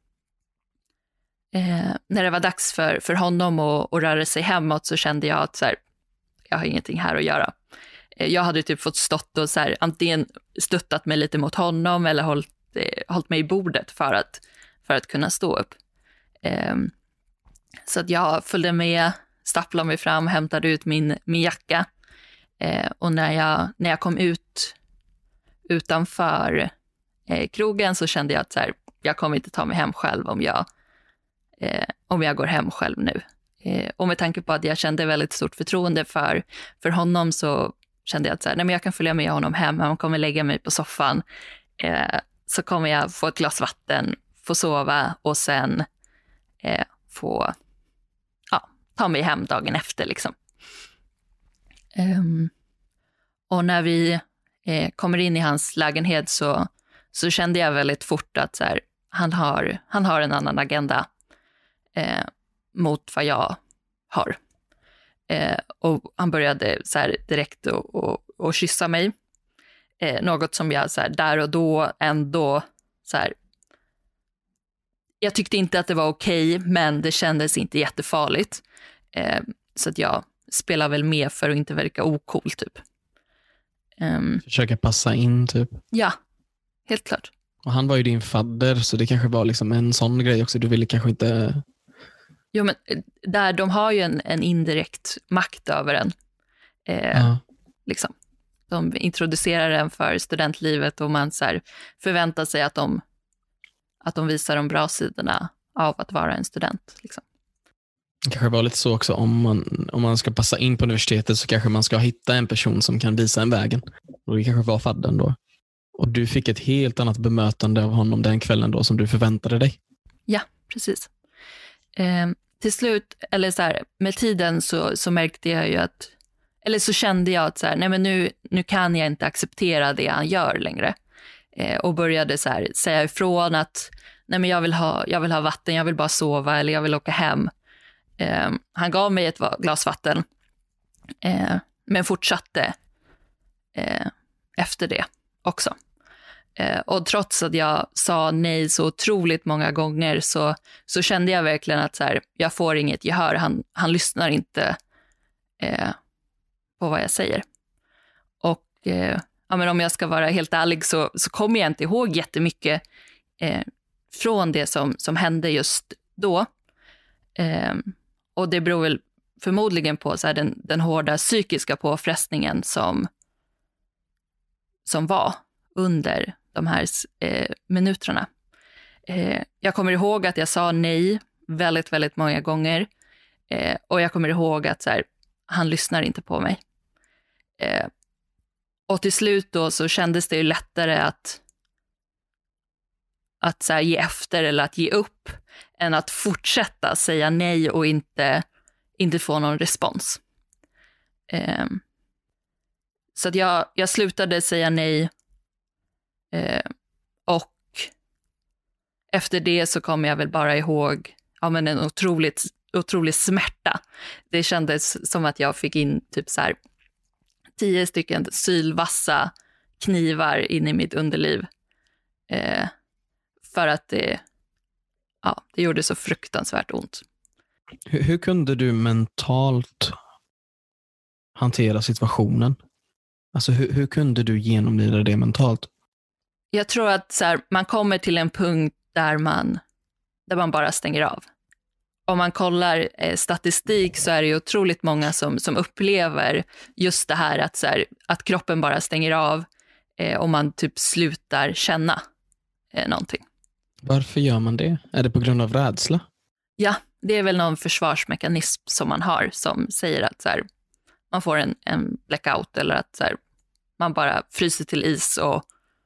eh, när det var dags för, för honom att, att röra sig hemåt så kände jag att så här, jag har ingenting här att göra. Jag hade typ fått stått och så här, antingen stöttat mig lite mot honom eller hållit, eh, hållit mig i bordet för att, för att kunna stå upp. Eh, så att jag följde med, stapplade mig fram, hämtade ut min, min jacka. Eh, och när jag, när jag kom ut utanför eh, krogen så kände jag att så här, jag kommer inte ta mig hem själv om jag, eh, om jag går hem själv nu. Eh, och med tanke på att jag kände väldigt stort förtroende för, för honom så kände jag att så här, nej men jag kan följa med honom hem, han kommer lägga mig på soffan, eh, så kommer jag få ett glas vatten, få sova och sen eh, få ja, ta mig hem dagen efter liksom. Um, och när vi eh, kommer in i hans lägenhet så, så kände jag väldigt fort att så här, han, har, han har en annan agenda eh, mot vad jag har. Eh, och han började så här direkt och, och, och kyssa mig. Eh, något som jag så här, där och då ändå så här, jag tyckte inte att det var okej, men det kändes inte jättefarligt. Eh, så att jag spelar väl med för att inte verka ocool typ. Um, Försöka passa in typ. Ja, helt klart. Och han var ju din fadder så det kanske var liksom en sån grej också. Du ville kanske inte... Jo, men där de har ju en, en indirekt makt över en. Eh, ja. liksom. De introducerar en för studentlivet och man så här förväntar sig att de, att de visar de bra sidorna av att vara en student. Liksom. Det kanske var lite så också, om man, om man ska passa in på universitetet så kanske man ska hitta en person som kan visa en vägen. Och det kanske var fadden då. Och du fick ett helt annat bemötande av honom den kvällen då som du förväntade dig. Ja, precis. Eh, till slut, eller så här, med tiden så, så märkte jag ju att, eller så kände jag att så här, nej men nu, nu kan jag inte acceptera det han gör längre. Eh, och började så här, säga ifrån att nej men jag vill ha, jag vill ha vatten, jag vill bara sova eller jag vill åka hem. Eh, han gav mig ett glas vatten, eh, men fortsatte eh, efter det också. Eh, och trots att jag sa nej så otroligt många gånger så, så kände jag verkligen att så här, jag får inget gehör. Han, han lyssnar inte eh, på vad jag säger. Och eh, ja, men om jag ska vara helt ärlig så, så kommer jag inte ihåg jättemycket eh, från det som, som hände just då. Eh, och det beror väl förmodligen på så här, den, den hårda psykiska påfrestningen som, som var under de här eh, minuterna. Eh, jag kommer ihåg att jag sa nej väldigt, väldigt många gånger. Eh, och jag kommer ihåg att så här, han lyssnar inte på mig. Eh, och till slut då så kändes det ju lättare att, att så här, ge efter eller att ge upp än att fortsätta säga nej och inte, inte få någon respons. Eh, så att jag, jag slutade säga nej. Eh, och efter det så kommer jag väl bara ihåg ja, men en otroligt, otrolig smärta. Det kändes som att jag fick in typ så här tio stycken sylvassa knivar in i mitt underliv. Eh, för att det, ja, det gjorde så fruktansvärt ont. Hur, hur kunde du mentalt hantera situationen? Alltså hur, hur kunde du genomlida det mentalt? Jag tror att så här, man kommer till en punkt där man, där man bara stänger av. Om man kollar eh, statistik så är det ju otroligt många som, som upplever just det här att, så här, att kroppen bara stänger av eh, och man typ slutar känna eh, någonting. Varför gör man det? Är det på grund av rädsla? Ja, det är väl någon försvarsmekanism som man har som säger att så här, man får en, en blackout eller att så här, man bara fryser till is och,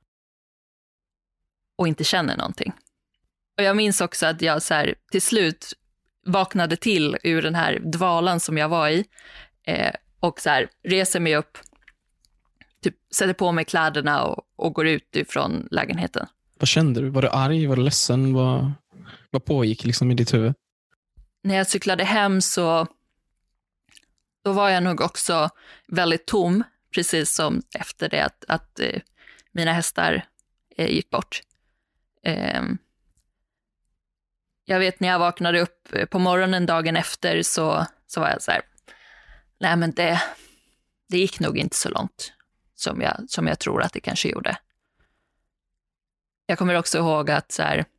och inte känner någonting. Och jag minns också att jag så här, till slut vaknade till ur den här dvalan som jag var i eh, och så här, reser mig upp, typ, sätter på mig kläderna och, och går ut ifrån lägenheten. Vad kände du? Var du arg? Var du ledsen? Vad, vad pågick liksom i ditt huvud? När jag cyklade hem så då var jag nog också väldigt tom, precis som efter det att, att eh, mina hästar eh, gick bort. Eh, jag vet när jag vaknade upp på morgonen dagen efter så, så var jag så här, nej men det, det gick nog inte så långt som jag, som jag tror att det kanske gjorde. Jag kommer också ihåg att så här,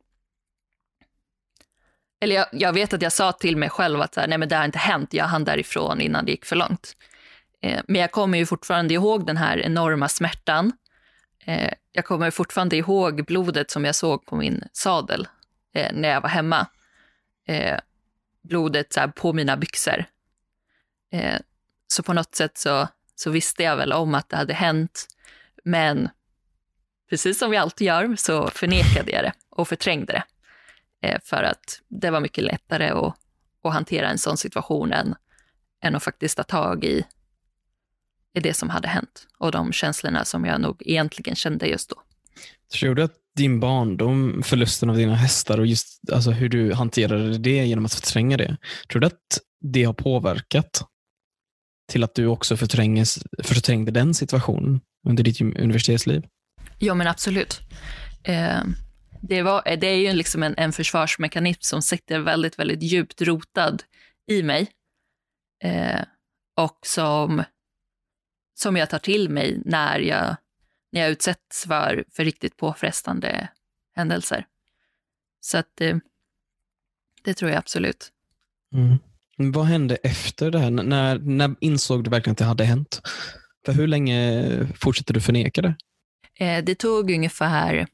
eller jag, jag vet att jag sa till mig själv att så här, nej men det har inte hänt, jag hann därifrån innan det gick för långt. Eh, men jag kommer ju fortfarande ihåg den här enorma smärtan. Eh, jag kommer fortfarande ihåg blodet som jag såg på min sadel eh, när jag var hemma. Eh, blodet så här, på mina byxor. Eh, så på något sätt så, så visste jag väl om att det hade hänt. Men precis som vi alltid gör så förnekade jag det och förträngde det. Eh, för att det var mycket lättare att, att hantera en sån situation än, än att faktiskt ta tag i, i det som hade hänt. Och de känslorna som jag nog egentligen kände just då. Tror du att din barndom, förlusten av dina hästar och just alltså, hur du hanterade det genom att förtränga det, tror du att det har påverkat till att du också förträngde den situationen under ditt universitetsliv? Ja, men absolut. Eh, det, var, det är ju liksom en, en försvarsmekanism som sitter väldigt, väldigt djupt rotad i mig. Eh, och som, som jag tar till mig när jag, när jag utsätts för, för riktigt påfrestande händelser. Så att eh, det tror jag absolut. Mm. Vad hände efter det här? N- när, när insåg du verkligen att det hade hänt? För hur länge fortsatte du förneka det? Eh, det tog ungefär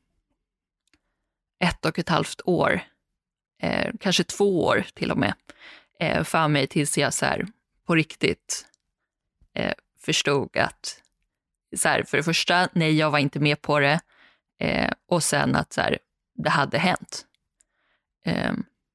ett och ett halvt år, eh, kanske två år till och med, eh, för mig tills jag så här, på riktigt eh, förstod att, så här, för det första, nej jag var inte med på det, eh, och sen att så här, det hade hänt. Eh,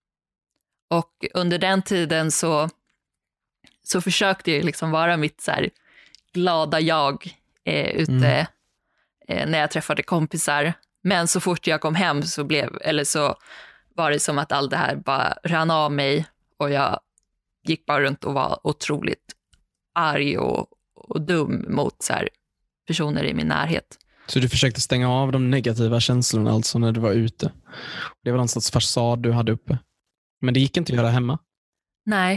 och under den tiden så, så försökte jag liksom vara mitt så här, glada jag eh, ute mm. eh, när jag träffade kompisar. Men så fort jag kom hem så blev, eller så var det som att allt det här bara rann av mig och jag gick bara runt och var otroligt arg och, och dum mot så här, personer i min närhet. Så du försökte stänga av de negativa känslorna alltså när du var ute? Det var någon sorts fasad du hade uppe. Men det gick inte att göra hemma? Nej.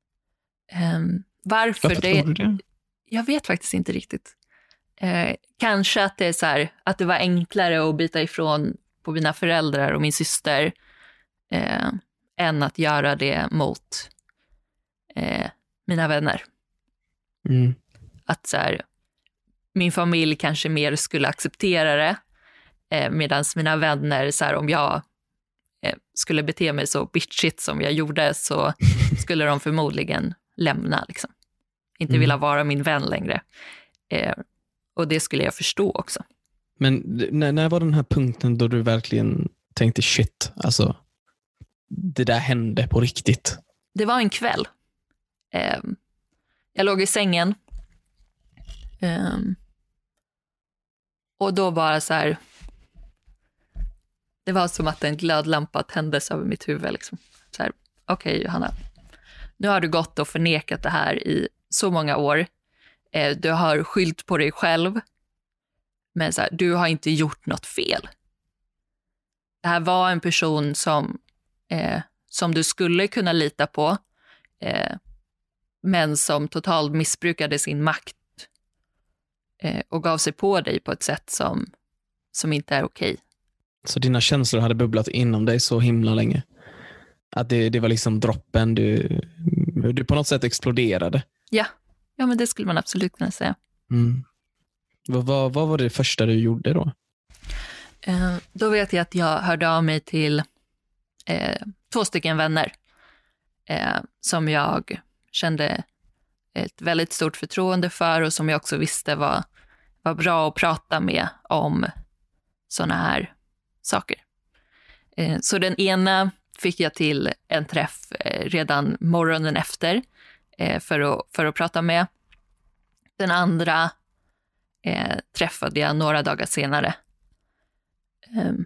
Um, varför, varför det? tror du det? Jag vet faktiskt inte riktigt. Eh, kanske att det är så här, att det var enklare att byta ifrån på mina föräldrar och min syster eh, än att göra det mot eh, mina vänner. Mm. Att så här, min familj kanske mer skulle acceptera det, eh, medan mina vänner, så här, om jag eh, skulle bete mig så bitchigt som jag gjorde så skulle de förmodligen lämna liksom. Inte mm. vilja vara min vän längre. Eh, och det skulle jag förstå också. Men när, när var den här punkten då du verkligen tänkte shit, alltså det där hände på riktigt? Det var en kväll. Eh, jag låg i sängen. Eh, och då bara så här, det var som att en glödlampa tändes över mitt huvud liksom. Så här, okej okay, Johanna, nu har du gått och förnekat det här i så många år. Eh, du har skyllt på dig själv. Men så här, du har inte gjort något fel. Det här var en person som, eh, som du skulle kunna lita på. Eh, men som totalt missbrukade sin makt eh, och gav sig på dig på ett sätt som, som inte är okej. Så dina känslor hade bubblat inom dig så himla länge? Att det, det var liksom droppen, du, du på något sätt exploderade? Ja, ja men det skulle man absolut kunna säga. Mm. Vad, vad, vad var det första du gjorde då? Eh, då vet jag att jag hörde av mig till eh, två stycken vänner eh, som jag kände ett väldigt stort förtroende för och som jag också visste var, var bra att prata med om såna här saker. Eh, så den ena fick jag till en träff eh, redan morgonen efter eh, för, att, för att prata med. Den andra eh, träffade jag några dagar senare. Um,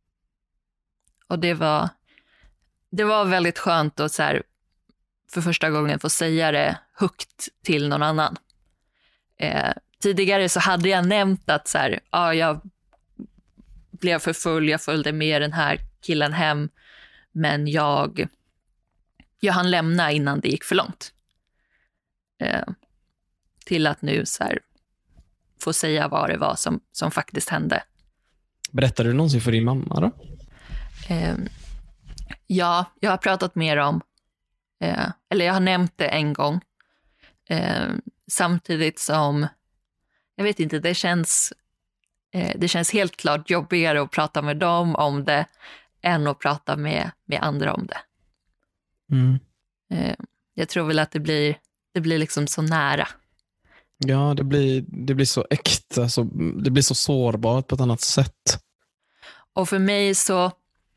och det var det var väldigt skönt att så här, för första gången få säga det högt till någon annan. Eh, tidigare så hade jag nämnt att så här, ja, jag blev för full, jag följde med den här killen hem, men jag jag hann lämna innan det gick för långt. Eh, till att nu så här, få säga vad det var som, som faktiskt hände. Berättade du någonsin för din mamma då? Eh, ja, jag har pratat mer om, eh, eller jag har nämnt det en gång. Eh, samtidigt som, jag vet inte, det känns, eh, det känns helt klart jobbigare att prata med dem om det än att prata med, med andra om det. Mm. Eh, jag tror väl att det blir, det blir liksom så nära. Ja, det blir, det blir så äkta, så, det blir så sårbart på ett annat sätt. Och för mig så,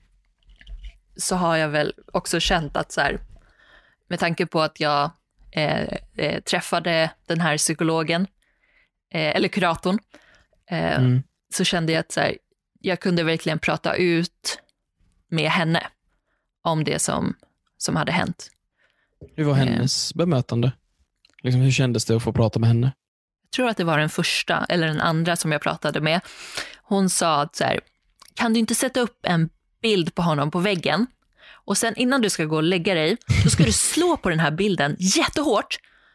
så har jag väl också känt att så här, med tanke på att jag eh, eh, träffade den här psykologen, eh, eller kuratorn, eh, mm. så kände jag att så här, jag kunde verkligen prata ut med henne om det som, som hade hänt. Hur var hennes eh. bemötande? Liksom, hur kändes det att få prata med henne? Jag tror att det var den första eller den andra som jag pratade med. Hon sa att så här, kan du inte sätta upp en bild på honom på väggen och sen innan du ska gå och lägga dig, då ska du slå på den här bilden jättehårt,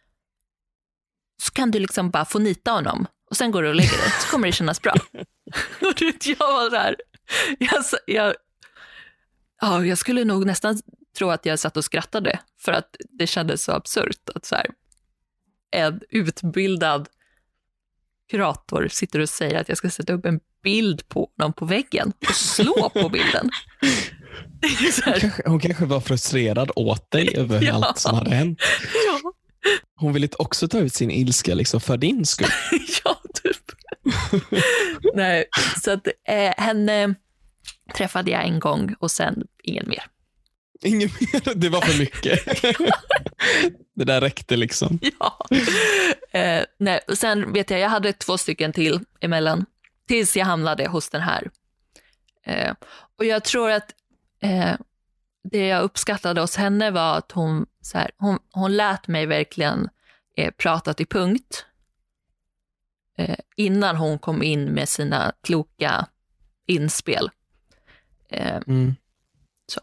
så kan du liksom bara få nita honom och sen går du och lägger dig, så kommer det kännas bra. Och det, jag var där, jag, jag, ja, jag skulle nog nästan tro att jag satt och skrattade för att det kändes så absurt att så här, en utbildad kurator sitter och säger att jag ska sätta upp en bild på någon på väggen och slå på bilden. Hon kanske, hon kanske var frustrerad åt dig över ja. allt som hade hänt. Ja. Hon ville också ta ut sin ilska liksom för din skull. Ja, typ. Nej, så att eh, henne träffade jag en gång och sen ingen mer. Ingen mer? Det var för mycket. Det där räckte liksom. Ja. Eh, nej, och sen vet jag, jag hade två stycken till emellan. Tills jag hamnade hos den här. Eh, och jag tror att eh, det jag uppskattade hos henne var att hon, så här, hon, hon lät mig verkligen eh, prata till punkt. Eh, innan hon kom in med sina kloka inspel. Eh, mm. Så.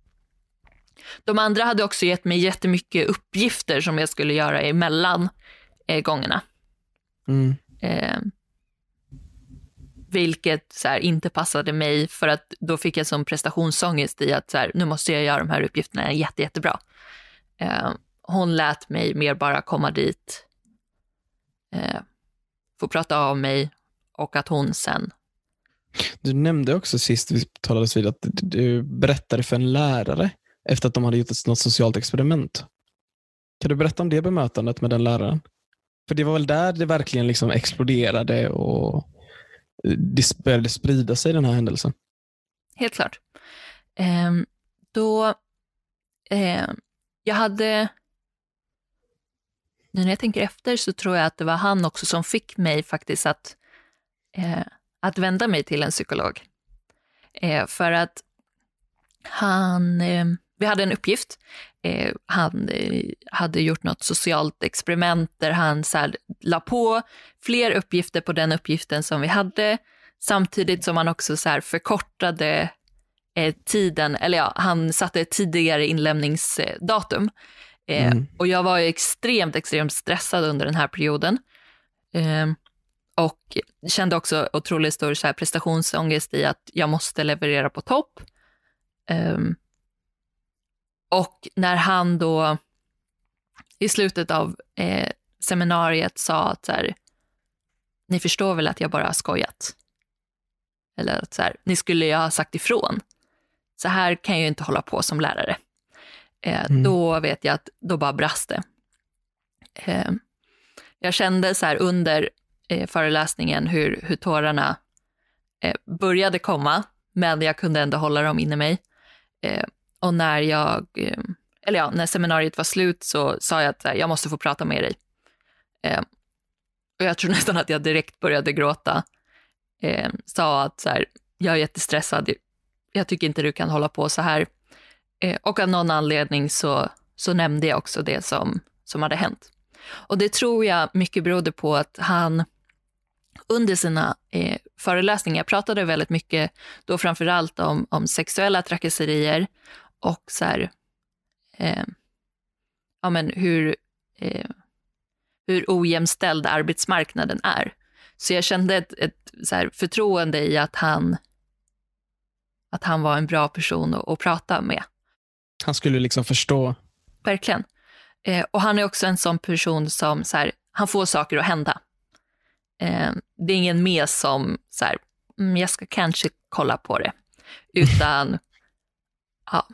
De andra hade också gett mig jättemycket uppgifter som jag skulle göra emellan eh, gångerna. Mm. Eh, vilket så här, inte passade mig, för att då fick jag som prestationsångest i att så här, nu måste jag göra de här uppgifterna jätte, jättebra. Eh, hon lät mig mer bara komma dit, eh, få prata av mig, och att hon sen... Du nämnde också sist vi talades vid att du berättade för en lärare efter att de hade gjort ett något socialt experiment. Kan du berätta om det bemötandet med den läraren? För det var väl där det verkligen liksom exploderade och det började sprida sig, den här händelsen. Helt klart. Eh, då eh, jag hade, nu när jag tänker efter så tror jag att det var han också som fick mig faktiskt att eh, att vända mig till en psykolog. Eh, för att han, eh, vi hade en uppgift. Eh, han eh, hade gjort något socialt experiment där han så här, la på fler uppgifter på den uppgiften som vi hade, samtidigt som han också så här, förkortade eh, tiden, eller ja, han satte ett tidigare inlämningsdatum Eh, Mm. Och jag var ju extremt, extremt stressad under den här perioden. Eh, och kände också otroligt stor så här, prestationsångest i att jag måste leverera på topp. Eh, och när han då i slutet av eh, seminariet sa att så här, ni förstår väl att jag bara har skojat? Eller att så här, ni skulle ju ha sagt ifrån. Så här kan jag ju inte hålla på som lärare. Eh, mm. Då vet jag att då bara brast det. Eh, jag kände så här under eh, föreläsningen hur, hur tårarna eh, började komma, men jag kunde ändå hålla dem inne mig. Eh, och när jag, eh, eller ja, när seminariet var slut så sa jag att här, jag måste få prata med dig. Eh, och jag tror nästan att jag direkt började gråta. Eh, sa att så här, jag är jättestressad, jag tycker inte du kan hålla på så här. Eh, och av någon anledning så, så nämnde jag också det som, som hade hänt. Och det tror jag mycket berodde på att han under sina eh, föreläsningar pratade väldigt mycket då framförallt om, om sexuella trakasserier och så här, eh, ja, men hur, eh, hur ojämställd arbetsmarknaden är. Så jag kände ett, ett så här förtroende i att han, att han var en bra person att, att prata med. Han skulle liksom förstå. Verkligen. Eh, och han är också en sån person som så här, han får saker att hända. Eh, det är ingen med som så här, mm, jag ska kanske kolla på det. Utan ja,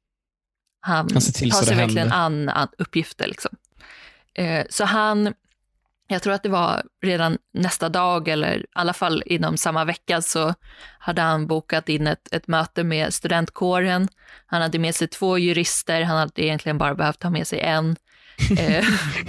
han, han tar sig verkligen an, an uppgifter. Liksom. Eh, så han, jag tror att det var redan nästa dag eller i alla fall inom samma vecka så hade han bokat in ett, ett möte med studentkåren. Han hade med sig två jurister, han hade egentligen bara behövt ta med sig en. eh,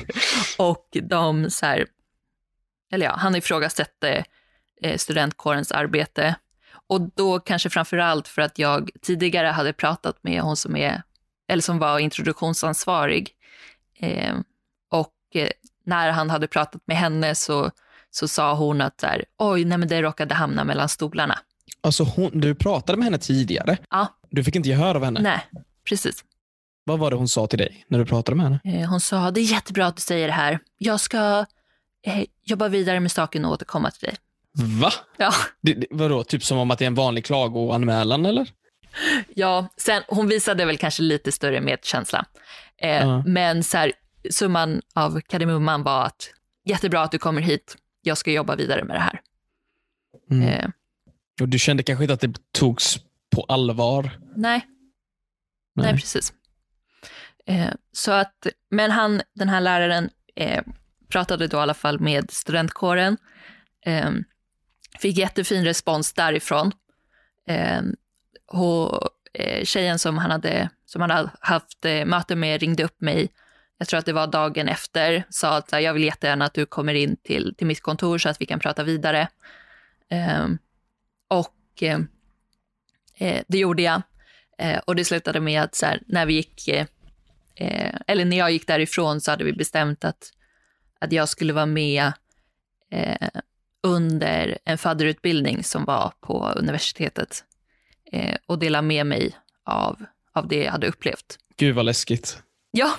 och de så här, eller ja, han ifrågasätter eh, studentkårens arbete. Och då kanske framförallt för att jag tidigare hade pratat med hon som är, eller som var introduktionsansvarig. Eh, och eh, när han hade pratat med henne så, så sa hon att där, oj, nej men det råkade hamna mellan stolarna. Alltså hon, du pratade med henne tidigare? Ja. Du fick inte gehör av henne? Nej, precis. Vad var det hon sa till dig när du pratade med henne? Eh, hon sa, det är jättebra att du säger det här. Jag ska eh, jobba vidare med saken och återkomma till dig. Va? Ja. Det, det, vadå? Typ som om att det är en vanlig klagoanmälan eller? Ja, sen hon visade väl kanske lite större medkänsla. Eh, uh. Men så här, summan av kardemumman var att jättebra att du kommer hit. Jag ska jobba vidare med det här. Mm. Eh. Och du kände kanske inte att det togs på allvar? Nej. Nej, Nej precis. Eh, så att, men han, den här läraren eh, pratade då i alla fall med studentkåren. Eh, fick jättefin respons därifrån. Eh, och, eh, tjejen som han hade, som han hade haft eh, möte med ringde upp mig. Jag tror att det var dagen efter. Sa att jag vill jättegärna att du kommer in till, till mitt kontor så att vi kan prata vidare. Eh, och eh, det gjorde jag. Eh, och det slutade med att så här, när vi gick... Eh, eller när jag gick därifrån så hade vi bestämt att, att jag skulle vara med eh, under en fadderutbildning som var på universitetet eh, och dela med mig av, av det jag hade upplevt. Gud vad läskigt. Ja.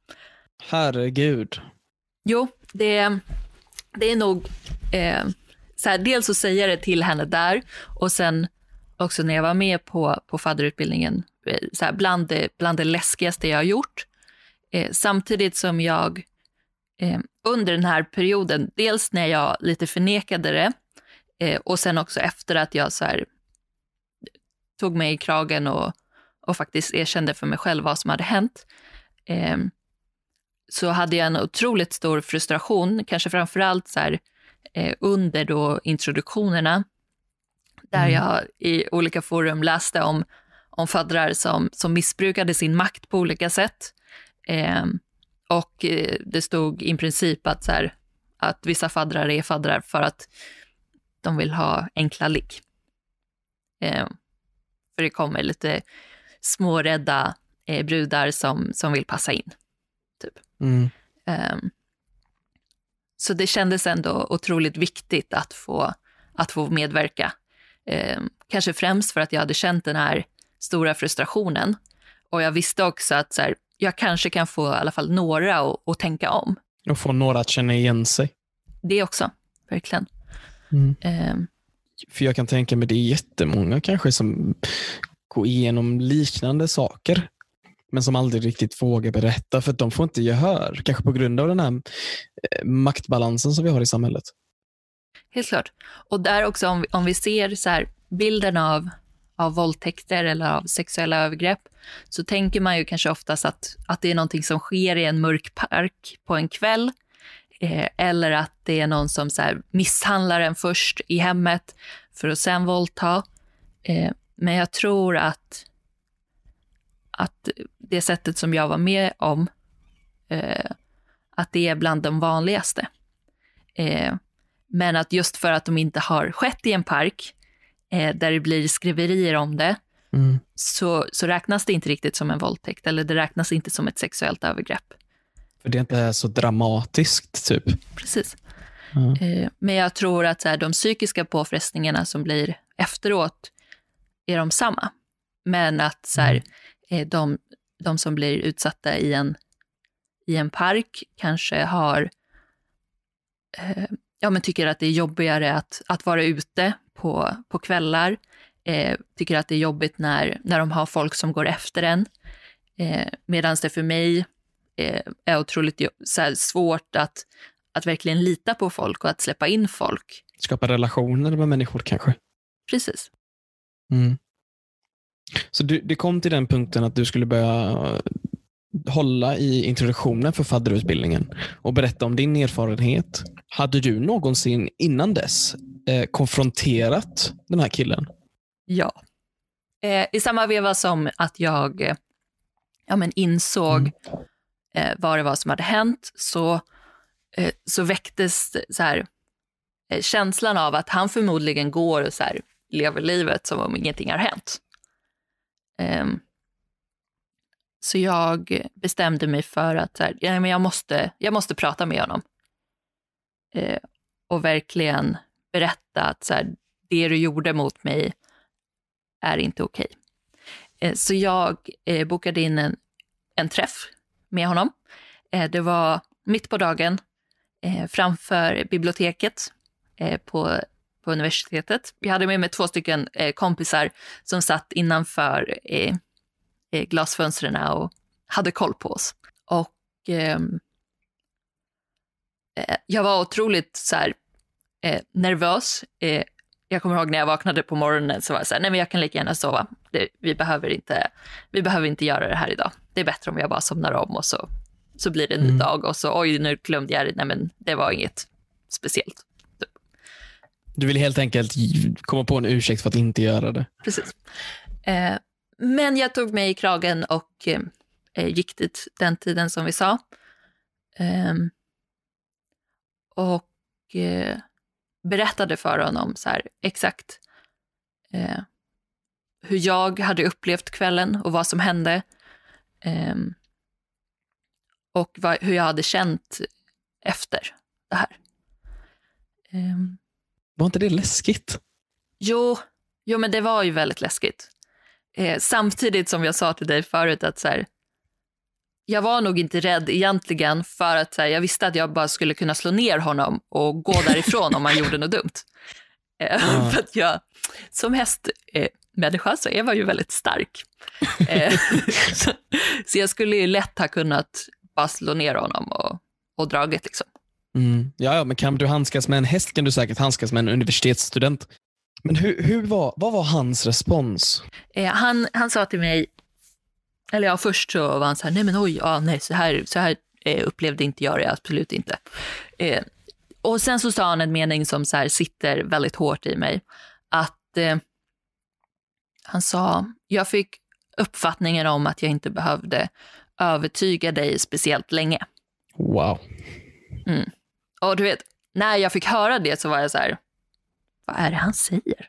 Herregud. Jo, det, det är nog eh, så här, dels så säger jag det till henne där och sen också när jag var med på, på fadderutbildningen så här, bland, det, bland det läskigaste jag har gjort. Eh, samtidigt som jag eh, under den här perioden, dels när jag lite förnekade det eh, och sen också efter att jag så här, tog mig i kragen och, och faktiskt erkände för mig själv vad som hade hänt, eh, så hade jag en otroligt stor frustration, kanske framförallt så här, eh, under då introduktionerna, där mm. jag i olika forum läste om, om faddrar som, som missbrukade sin makt på olika sätt. Eh, och eh, det stod i princip att, så här, att vissa faddrar är faddrar för att de vill ha enkla ligg. Eh, för det kommer lite smårädda eh, brudar som, som vill passa in. Typ. Mm. Eh, så det kändes ändå otroligt viktigt att få, att få medverka. Eh, kanske främst för att jag hade känt den här stora frustrationen. Och jag visste också att så här, jag kanske kan få i alla fall några att, att tänka om. Och få några att känna igen sig. Det också, verkligen. Mm. Um, För jag kan tänka mig det är jättemånga kanske som går igenom liknande saker. Men som aldrig riktigt vågar berätta för att de får inte gehör. Kanske på grund av den här maktbalansen som vi har i samhället. Helt klart. Och där också om vi, om vi ser så här, bilden av, av våldtäkter eller av sexuella övergrepp, så tänker man ju kanske oftast att, att det är någonting som sker i en mörk park på en kväll. Eh, eller att det är någon som så här, misshandlar en först i hemmet för att sen våldta. Eh, men jag tror att, att det sättet som jag var med om, eh, att det är bland de vanligaste. Eh, men att just för att de inte har skett i en park eh, där det blir skriverier om det, mm. så, så räknas det inte riktigt som en våldtäkt, eller det räknas inte som ett sexuellt övergrepp. För det är inte så dramatiskt typ. Precis. Mm. Eh, men jag tror att så här, de psykiska påfrestningarna som blir efteråt är de samma. Men att så här, eh, de, de som blir utsatta i en, i en park kanske har eh, ja, men tycker att det är jobbigare att, att vara ute på, på kvällar. Eh, tycker att det är jobbigt när, när de har folk som går efter en. Eh, Medan det för mig eh, är otroligt så här, svårt att, att verkligen lita på folk och att släppa in folk. Skapa relationer med människor kanske. Precis. Mm. Så du, det kom till den punkten att du skulle börja hålla i introduktionen för fadderutbildningen och berätta om din erfarenhet. Hade du någonsin innan dess eh, konfronterat den här killen? Ja. Eh, I samma veva som att jag eh, ja, men insåg mm. eh, vad det var som hade hänt, så, eh, så väcktes så här, eh, känslan av att han förmodligen går och så här, lever livet som om ingenting har hänt. Eh, så jag bestämde mig för att så här, ja, men jag, måste, jag måste prata med honom. Eh, och verkligen berätta att så här, det du gjorde mot mig är inte okej. Eh, så jag eh, bokade in en, en träff med honom. Eh, det var mitt på dagen eh, framför biblioteket eh, på, på universitetet. Jag hade med mig två stycken eh, kompisar som satt innanför eh, eh, glasfönstren och hade koll på oss. Och eh, jag var otroligt så här, eh, nervös. Eh, jag kommer ihåg när jag vaknade på morgonen så var jag så här, nej men jag kan lika gärna sova. Det, vi, behöver inte, vi behöver inte göra det här idag. Det är bättre om jag bara somnar om och så, så blir det en ny mm. dag. Och så, oj nu glömde jag det. Nej men det var inget speciellt. Typ. Du vill helt enkelt komma på en ursäkt för att inte göra det. Precis. Eh, men jag tog mig i kragen och eh, gick dit den tiden som vi sa. Eh, och eh, berättade för honom så här, exakt eh, hur jag hade upplevt kvällen och vad som hände. Eh, och vad, hur jag hade känt efter det här. Eh, var inte det läskigt? Jo, jo, men det var ju väldigt läskigt. Eh, samtidigt som jag sa till dig förut att så här, jag var nog inte rädd egentligen för att så här, jag visste att jag bara skulle kunna slå ner honom och gå därifrån om han gjorde något dumt. Eh, mm. För att jag som hästmänniska eh, så är jag ju väldigt stark. Eh, så, så jag skulle ju lätt ha kunnat bara slå ner honom och, och dragit liksom. Mm. Ja, ja, men kan du handskas med en häst kan du säkert handskas med en universitetsstudent. Men hur, hur var, vad var hans respons? Eh, han, han sa till mig, eller ja, först så var han så här, nej men oj, ja, nej, så här, så här eh, upplevde inte jag det, absolut inte. Eh, och sen så sa han en mening som så här sitter väldigt hårt i mig. Att eh, han sa, jag fick uppfattningen om att jag inte behövde övertyga dig speciellt länge. Wow. Mm. Och du vet, när jag fick höra det så var jag så här, vad är det han säger?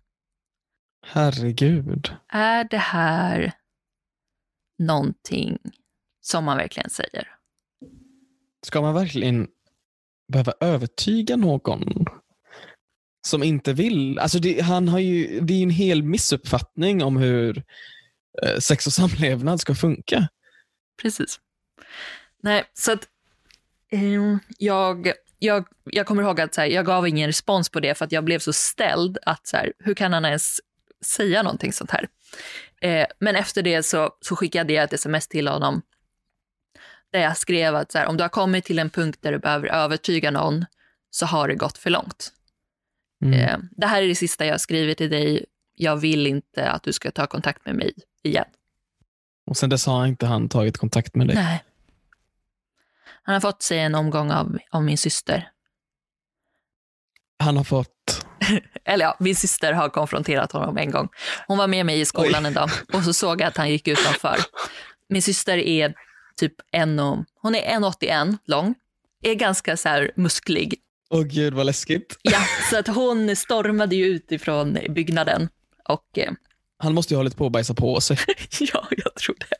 Herregud. Är det här någonting som man verkligen säger? Ska man verkligen behöva övertyga någon som inte vill? Alltså det, han har ju, det är ju en hel missuppfattning om hur eh, sex och samlevnad ska funka. precis. Nej, så att eh, jag, jag, jag kommer ihåg att så här, jag gav ingen respons på det för att jag blev så ställd att så här, hur kan han ens säga någonting sånt här? Eh, men efter det så, så skickade jag ett sms till honom där jag skrev att så här, om du har kommit till en punkt där du behöver övertyga någon så har det gått för långt. Mm. Eh, det här är det sista jag skrivit till dig. Jag vill inte att du ska ta kontakt med mig igen. Och sen dess har inte han tagit kontakt med dig? Nej. Han har fått sig en omgång av, av min syster. Han har fått... Eller ja, min syster har konfronterat honom en gång. Hon var med mig i skolan Oj. en dag och så såg jag att han gick utanför. Min syster är typ en och, hon är en komma åttioen lång. Är ganska så här musklig. Åh oh, gud, vad läskigt. Ja, så att hon stormade ju ut ifrån byggnaden. Och, eh... han måste ju ha lite på att bajsa på sig. Ja, jag tror det.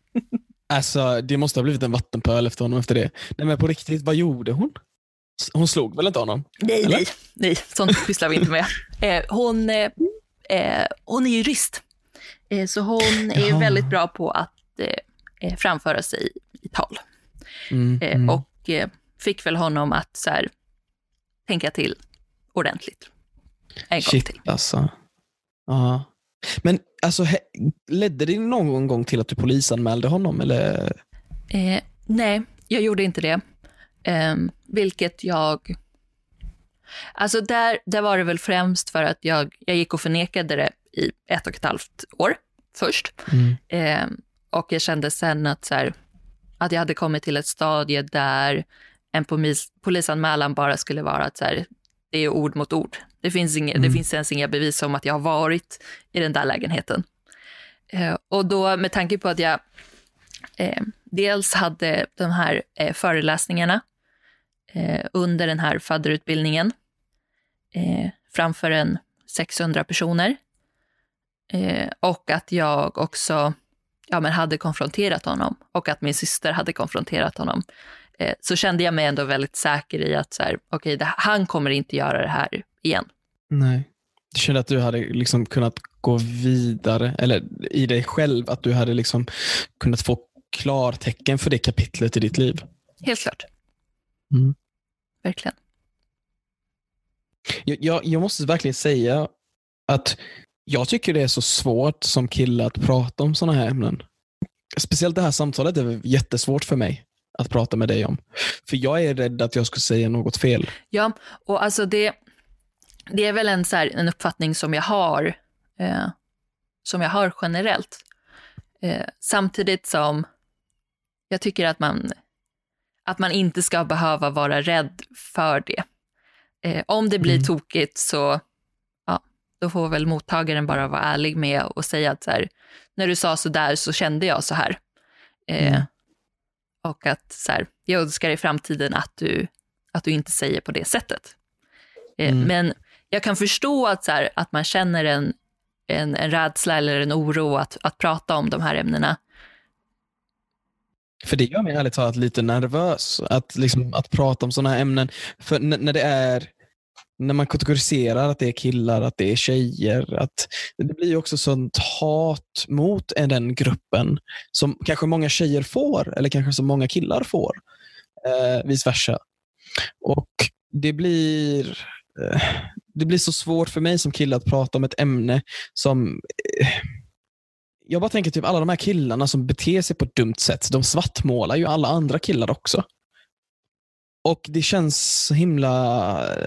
Alltså, det måste ha blivit en vattenpöl efter honom efter det. Nej, men på riktigt, vad gjorde hon? Hon slog väl inte honom? Nej, eller? nej, nej. Sånt pysslar vi inte med. Eh, hon, eh, hon är jurist. Eh, så hon är Jaha. väldigt bra på att eh, framföra sig i tal. Mm, eh, mm. Och eh, fick väl honom att så här, tänka till ordentligt. En Shit, gång till. Alltså. Ja. Men alltså, he- ledde det någon gång till att du polisanmälde honom? Eller? Eh, nej, jag gjorde inte det. Eh, vilket jag... Alltså där, där var det väl främst för att jag, jag gick och förnekade det i ett och ett halvt år först. Mm. Eh, och jag kände sen att, så här, att jag hade kommit till ett stadie där en polis, polisanmälan bara skulle vara att så här, det är ord mot ord. Det finns, inga, mm. det finns ens inga bevis om att jag har varit i den där lägenheten. Eh, och då med tanke på att jag eh, dels hade de här eh, föreläsningarna eh, under den här fadderutbildningen eh, framför en sexhundra personer. Eh, och att jag också ja, men hade konfronterat honom och att min syster hade konfronterat honom. Eh, så kände jag mig ändå väldigt säker i att så här, okay, det, han kommer inte göra det här igen. Nej. Du kände att du hade liksom kunnat gå vidare, eller i dig själv, att du hade liksom kunnat få klartecken för det kapitlet i ditt liv? Helt klart. Mm. Verkligen. Jag, jag, jag måste verkligen säga att jag tycker det är så svårt som kille att prata om såna här ämnen. Speciellt det här samtalet är jättesvårt för mig att prata med dig om. För jag är rädd att jag ska säga något fel. Ja, och alltså det, det är väl en, så här, en uppfattning som jag har eh, som jag har generellt. Eh, samtidigt som jag tycker att man att man inte ska behöva vara rädd för det. Eh, om det blir mm. tokigt så ja, då får väl mottagaren bara vara ärlig med och säga att så här, när du sa så där så kände jag så här. Eh, mm. Och att så här, jag önskar i framtiden att du, att du inte säger på det sättet. Eh, mm. Men jag kan förstå att, så här, att man känner en, en, en rädsla eller en oro att, att prata om de här ämnena. För det gör mig ärligt talat lite nervös att, liksom, att prata om sådana här ämnen. För n- när det är när man kategoriserar att det är killar, att det är tjejer, att det blir ju också sånt hat mot den gruppen som kanske många tjejer får, eller kanske som många killar får, eh, vice versa. Och det blir eh, det blir så svårt för mig som kille att prata om ett ämne som eh, jag bara tänker typ alla de här killarna som beter sig på ett dumt sätt, de svartmålar ju alla andra killar också. Och det känns så himla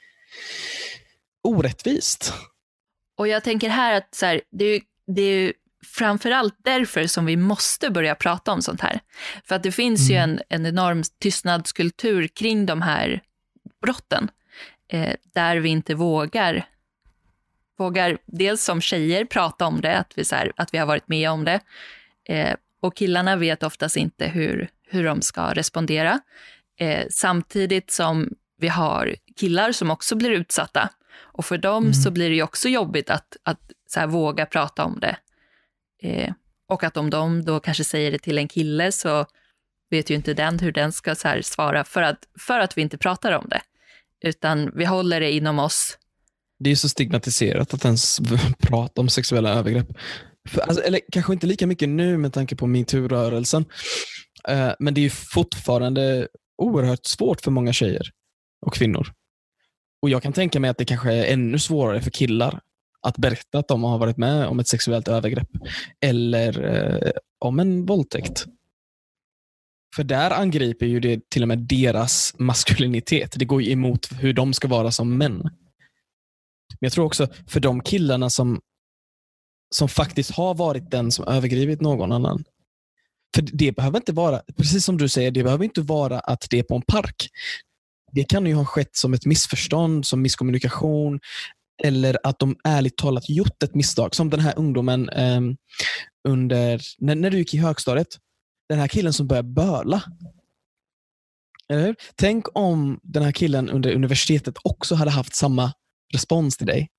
orättvist. Och jag tänker här att så här, det, är, det är ju framförallt därför som vi måste börja prata om sånt här. För att det finns mm. ju en, en enorm tystnadskultur kring de här brotten. Eh, där vi inte vågar vågar dels som tjejer prata om det, att vi, så här, att vi har varit med om det. Eh, och killarna vet oftast inte hur, hur de ska respondera. Eh, samtidigt som vi har killar som också blir utsatta. Och för dem mm. så blir det ju också jobbigt att, att så här, våga prata om det. Eh, och att om de då kanske säger det till en kille så vet ju inte den hur den ska så här, svara för att, för att vi inte pratar om det. Utan vi håller det inom oss. Det är ju så stigmatiserat att ens prata om sexuella övergrepp. För, alltså, eller kanske inte lika mycket nu med tanke på MeToo-rörelsen. Uh, men det är ju fortfarande oerhört svårt för många tjejer och kvinnor. Och jag kan tänka mig att det kanske är ännu svårare för killar att berätta att de har varit med om ett sexuellt övergrepp eller uh, om en våldtäkt. För där angriper ju det till och med deras maskulinitet. Det går ju emot hur de ska vara som män. Men jag tror också för de killarna som som faktiskt har varit den som övergripit någon annan. För det behöver inte vara, precis som du säger, det behöver inte vara att det är på en park. Det kan ju ha skett som ett missförstånd, som misskommunikation, eller att de ärligt talat gjort ett misstag. Som den här ungdomen eh, under, när, när du gick i högstadiet. Den här killen som började böla. Eller hur? Tänk om den här killen under universitetet också hade haft samma respons till dig.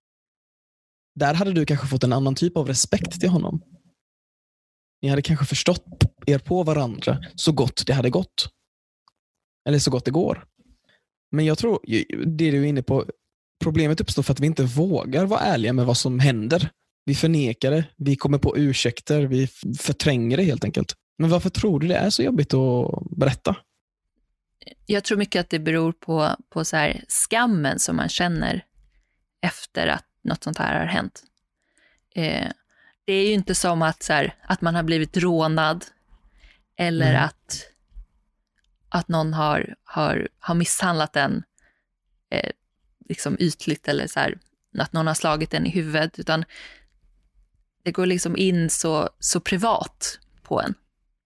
Där hade du kanske fått en annan typ av respekt till honom. Ni hade kanske förstått er på varandra så gott det hade gått. Eller så gott det går. Men jag tror, det du är inne på, problemet uppstår för att vi inte vågar vara ärliga med vad som händer. Vi förnekar det, vi kommer på ursäkter, vi förtränger det helt enkelt. Men varför tror du det är så jobbigt att berätta? Jag tror mycket att det beror på, på så här skammen som man känner efter att något sånt här har hänt. Eh, det är ju inte som att, så här, att man har blivit rånad eller mm. att, att någon har, har, har misshandlat en eh, liksom ytligt eller så här, att någon har slagit en i huvudet, utan det går liksom in så, så privat på en.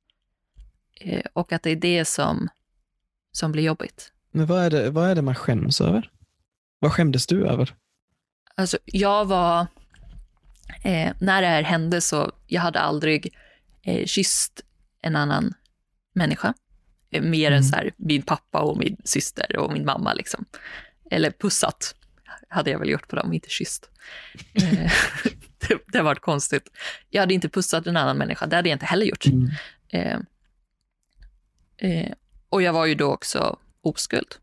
Eh, och att det är det som, som blir jobbigt. Men vad är det, vad är det man skäms över? Vad skämdes du över? Alltså jag var, eh, när det här hände så jag hade aldrig eh, kysst en annan människa. Eh, mer mm. än så här, min pappa och min syster och min mamma liksom. Eller pussat hade jag väl gjort på dem, inte kysst. Eh, det, det var konstigt. Jag hade inte pussat en annan människa, det hade jag inte heller gjort. Mm. Eh, eh, och jag var ju då också oskuld.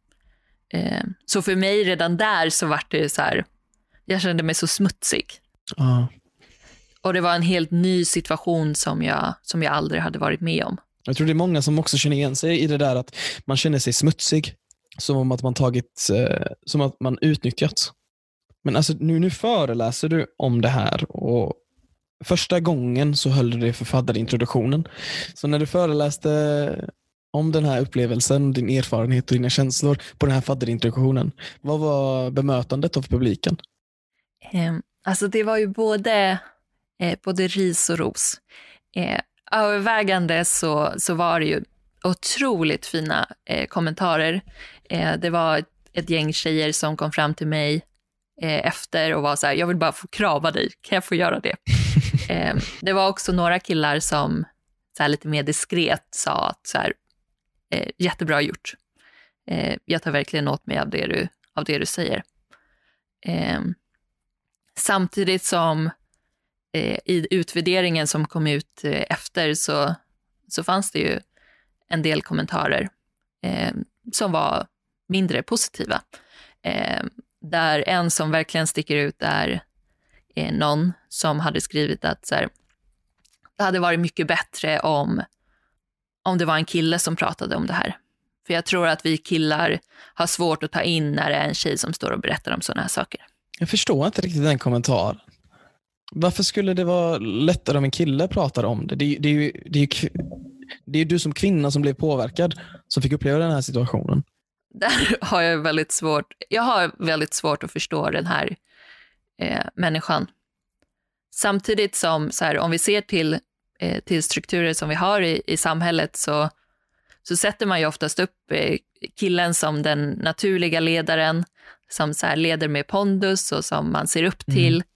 Eh, så för mig redan där så var det så här, jag kände mig så smutsig. Uh. Och det var en helt ny situation som jag, som jag aldrig hade varit med om. Jag tror det är många som också känner igen sig i det där att man känner sig smutsig. Som att man tagit, eh, som att man utnyttjats. Men alltså nu, nu föreläser du om det här och första gången så höll du det för fadderintroduktionen. Så när du föreläste om den här upplevelsen, din erfarenhet och dina känslor på den här fadderintroduktionen, vad var bemötandet av publiken? Eh, alltså det var ju både, eh, både ris och ros. Eh, övervägande så, så var det ju otroligt fina eh, kommentarer. Eh, det var ett, ett gäng tjejer som kom fram till mig eh, efter och var så här, jag vill bara få krava dig, kan jag få göra det? eh, det var också några killar som så här, lite mer diskret sa att så här, eh, jättebra gjort. Eh, jag tar verkligen åt mig av det du, av det du säger. Eh, samtidigt som eh, i utvärderingen som kom ut eh, efter så, så fanns det ju en del kommentarer eh, som var mindre positiva. Eh, där en som verkligen sticker ut är eh, någon som hade skrivit att så här, det hade varit mycket bättre om, om det var en kille som pratade om det här. För jag tror att vi killar har svårt att ta in när det är en tjej som står och berättar om sådana här saker. Jag förstår inte riktigt den kommentaren. Varför skulle det vara lättare om en kille pratar om det? Det är, det är ju... Det är ju Det är du som kvinna som blev påverkad som fick uppleva den här situationen. Där har jag väldigt svårt. Jag har väldigt svårt att förstå den här eh, människan. Samtidigt som så här, om vi ser till, eh, till strukturer som vi har i, i samhället så, så sätter man ju oftast upp eh, killen som den naturliga ledaren som så här, leder med pondus och som man ser upp till. Mm.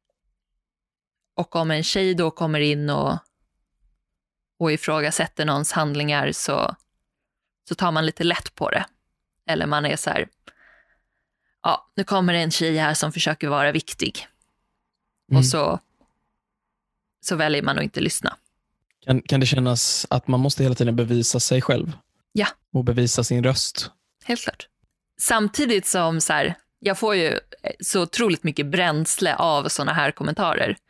Och om en tjej då kommer in och och ifrågasätter någons handlingar så, så tar man lite lätt på det. Eller man är så här, ja, nu kommer en tjej här som försöker vara viktig. Mm. Och så, så väljer man att inte lyssna. Kan, kan det kännas att man måste hela tiden bevisa sig själv? Ja. Och bevisa sin röst? Helt klart. Samtidigt som så här, jag får ju så otroligt mycket bränsle av såna här kommentarer.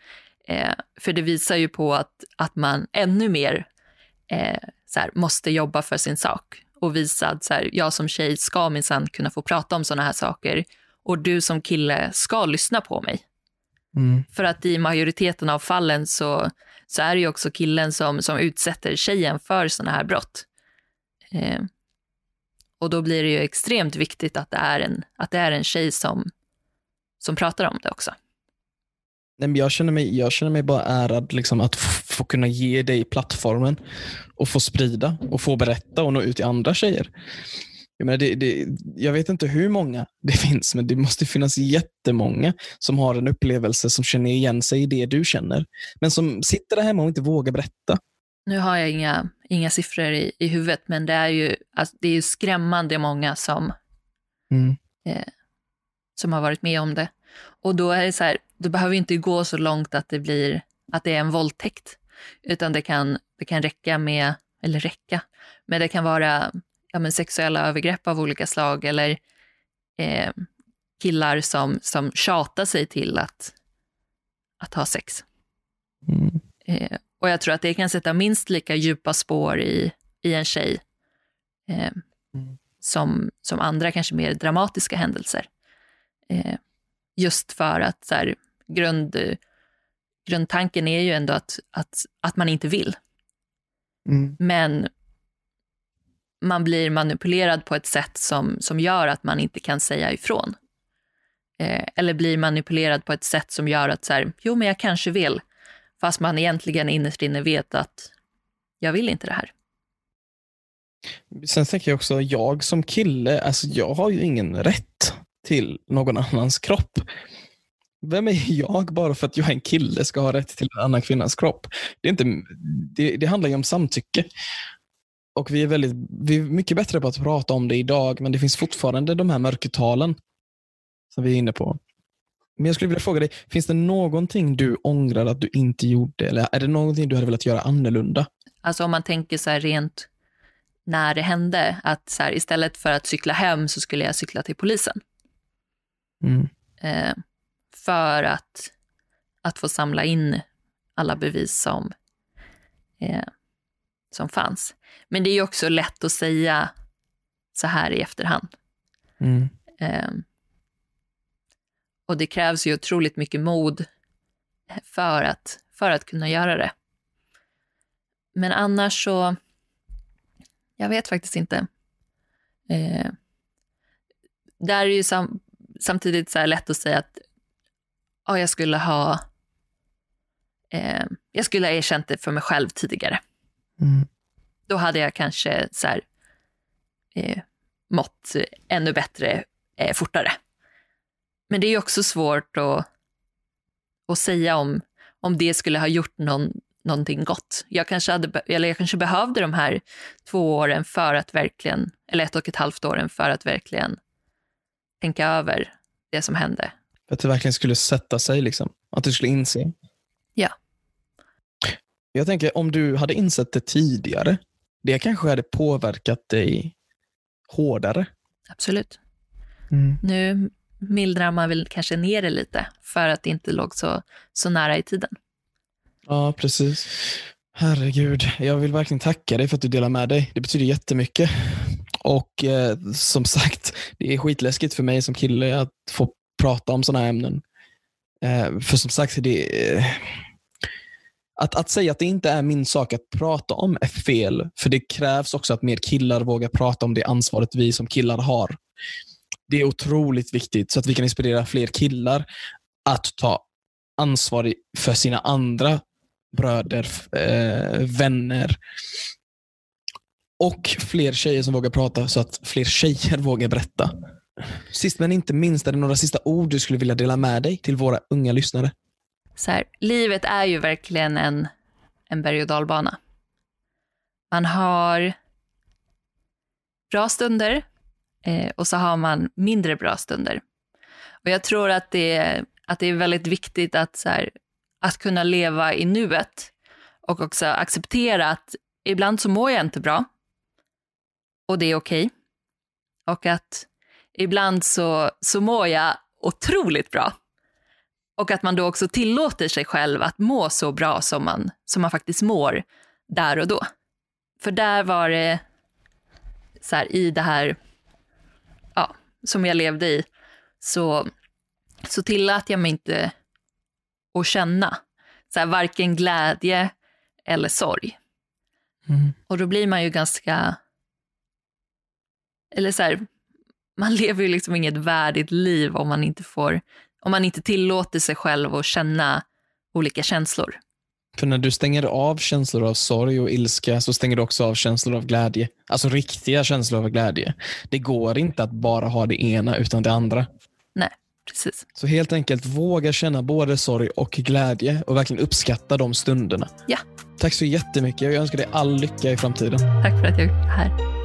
Eh, för det visar ju på att, att man ännu mer eh, så här, måste jobba för sin sak. Och visa att så här, jag som tjej ska minsann kunna få prata om såna här saker. Och du som kille ska lyssna på mig. Mm. För att i majoriteten av fallen så, så är det ju också killen som, som utsätter tjejen för såna här brott. Eh, och då blir det ju extremt viktigt att det är en, att det är en tjej som, som pratar om det också. Nej, men jag, känner mig, jag känner mig bara ärad liksom, att f- få kunna ge dig plattformen och få sprida och få berätta och nå ut till andra tjejer. Jag, menar, det, det, jag vet inte hur många det finns, men det måste finnas jättemånga som har en upplevelse som känner igen sig i det du känner. Men som sitter där hemma och inte vågar berätta. Nu har jag inga, inga siffror i, i huvudet, men det är ju, alltså, det är ju skrämmande många som, Mm. eh, som har varit med om det. Och då är det så här, det behöver inte gå så långt att det blir att det är en våldtäkt, utan det kan, det kan räcka med, eller räcka, men det kan vara ja, men sexuella övergrepp av olika slag eller eh, killar som, som tjatar sig till att, att ha sex. Mm. Eh, och jag tror att det kan sätta minst lika djupa spår i, i en tjej eh, Mm. som, som andra kanske mer dramatiska händelser. Eh, just för att så här, grund, grundtanken är ju ändå att, att, att man inte vill. Mm. Men man blir manipulerad på ett sätt som, som gör att man inte kan säga ifrån. Eh, eller blir manipulerad på ett sätt som gör att så här, jo men jag kanske vill. Fast man egentligen innerst inne vet att jag vill inte det här. Sen tänker jag också, jag som kille, alltså jag har ju ingen rätt till någon annans kropp. Vem är jag bara för att jag är en kille ska ha rätt till en annan kvinnas kropp? Det, är inte, det, det handlar ju om samtycke. Och vi är, väldigt, vi är mycket bättre på att prata om det idag, men det finns fortfarande de här mörkertalen som vi är inne på. Men jag skulle vilja fråga dig, finns det någonting du ångrar att du inte gjorde? Eller är det någonting du hade velat göra annorlunda? Alltså om man tänker så här rent när det hände, att så här, istället för att cykla hem så skulle jag cykla till polisen. Mm. Eh, för att, att få samla in alla bevis som, eh, som fanns. Men det är ju också lätt att säga så här i efterhand. Mm. Eh, och det krävs ju otroligt mycket mod för att, för att kunna göra det. Men annars så, jag vet faktiskt inte. Eh, där är ju sam, samtidigt så här lätt att säga att ja, jag skulle ha eh, jag skulle ha erkänt det för mig själv tidigare. Mm. Då hade jag kanske så här, eh, mått ännu bättre eh, fortare. Men det är ju också svårt att, att säga om, om det skulle ha gjort någon, någonting gott. Jag kanske, hade, eller jag kanske behövde de här två åren för att verkligen, eller ett och ett halvt åren för att verkligen tänka över det som hände. För att det verkligen skulle sätta sig liksom. Att du skulle inse. Ja. Jag tänker, om du hade insett det tidigare, det kanske hade påverkat dig hårdare. Absolut. Mm. Nu mildrar man väl kanske ner det lite för att det inte låg så, så nära i tiden. Ja, precis. Herregud, jag vill verkligen tacka dig för att du delar med dig. Det betyder jättemycket. Och eh, som sagt, det är skitläskigt för mig som kille att få prata om sådana här ämnen. Eh, för som sagt, det eh, att, att säga att det inte är min sak att prata om är fel. För det krävs också att mer killar vågar prata om det ansvaret vi som killar har. Det är otroligt viktigt så att vi kan inspirera fler killar att ta ansvar för sina andra bröder, eh, vänner och fler tjejer som vågar prata så att fler tjejer vågar berätta. Sist men inte minst, är det några sista ord du skulle vilja dela med dig till våra unga lyssnare? Så här, livet är ju verkligen en, en berg- och dalbana. Man har bra stunder eh, och så har man mindre bra stunder. Och jag tror att det är, att det är väldigt viktigt att, så här, att kunna leva i nuet och också acceptera att ibland så mår jag inte bra och det är okej. Och att ibland så, så mår jag otroligt bra Och att man då också tillåter sig själv att må så bra som man, som man faktiskt mår där och då. För där var det så här, i det här ja, som jag levde i, så, så tillät jag mig inte att känna så här, varken glädje eller sorg. Mm. Och då blir man ju ganska, eller så här, man lever ju liksom inget värdigt liv om man inte får, om man inte tillåter sig själv att känna olika känslor. För när du stänger av känslor av sorg och ilska så stänger du också av känslor av glädje. Alltså riktiga känslor av glädje. Det går inte att bara ha det ena utan det andra. Nej, precis. Så helt enkelt våga känna både sorg och glädje och verkligen uppskatta de stunderna. Ja. Tack så jättemycket. Jag önskar dig all lycka i framtiden. Tack för att jag är här.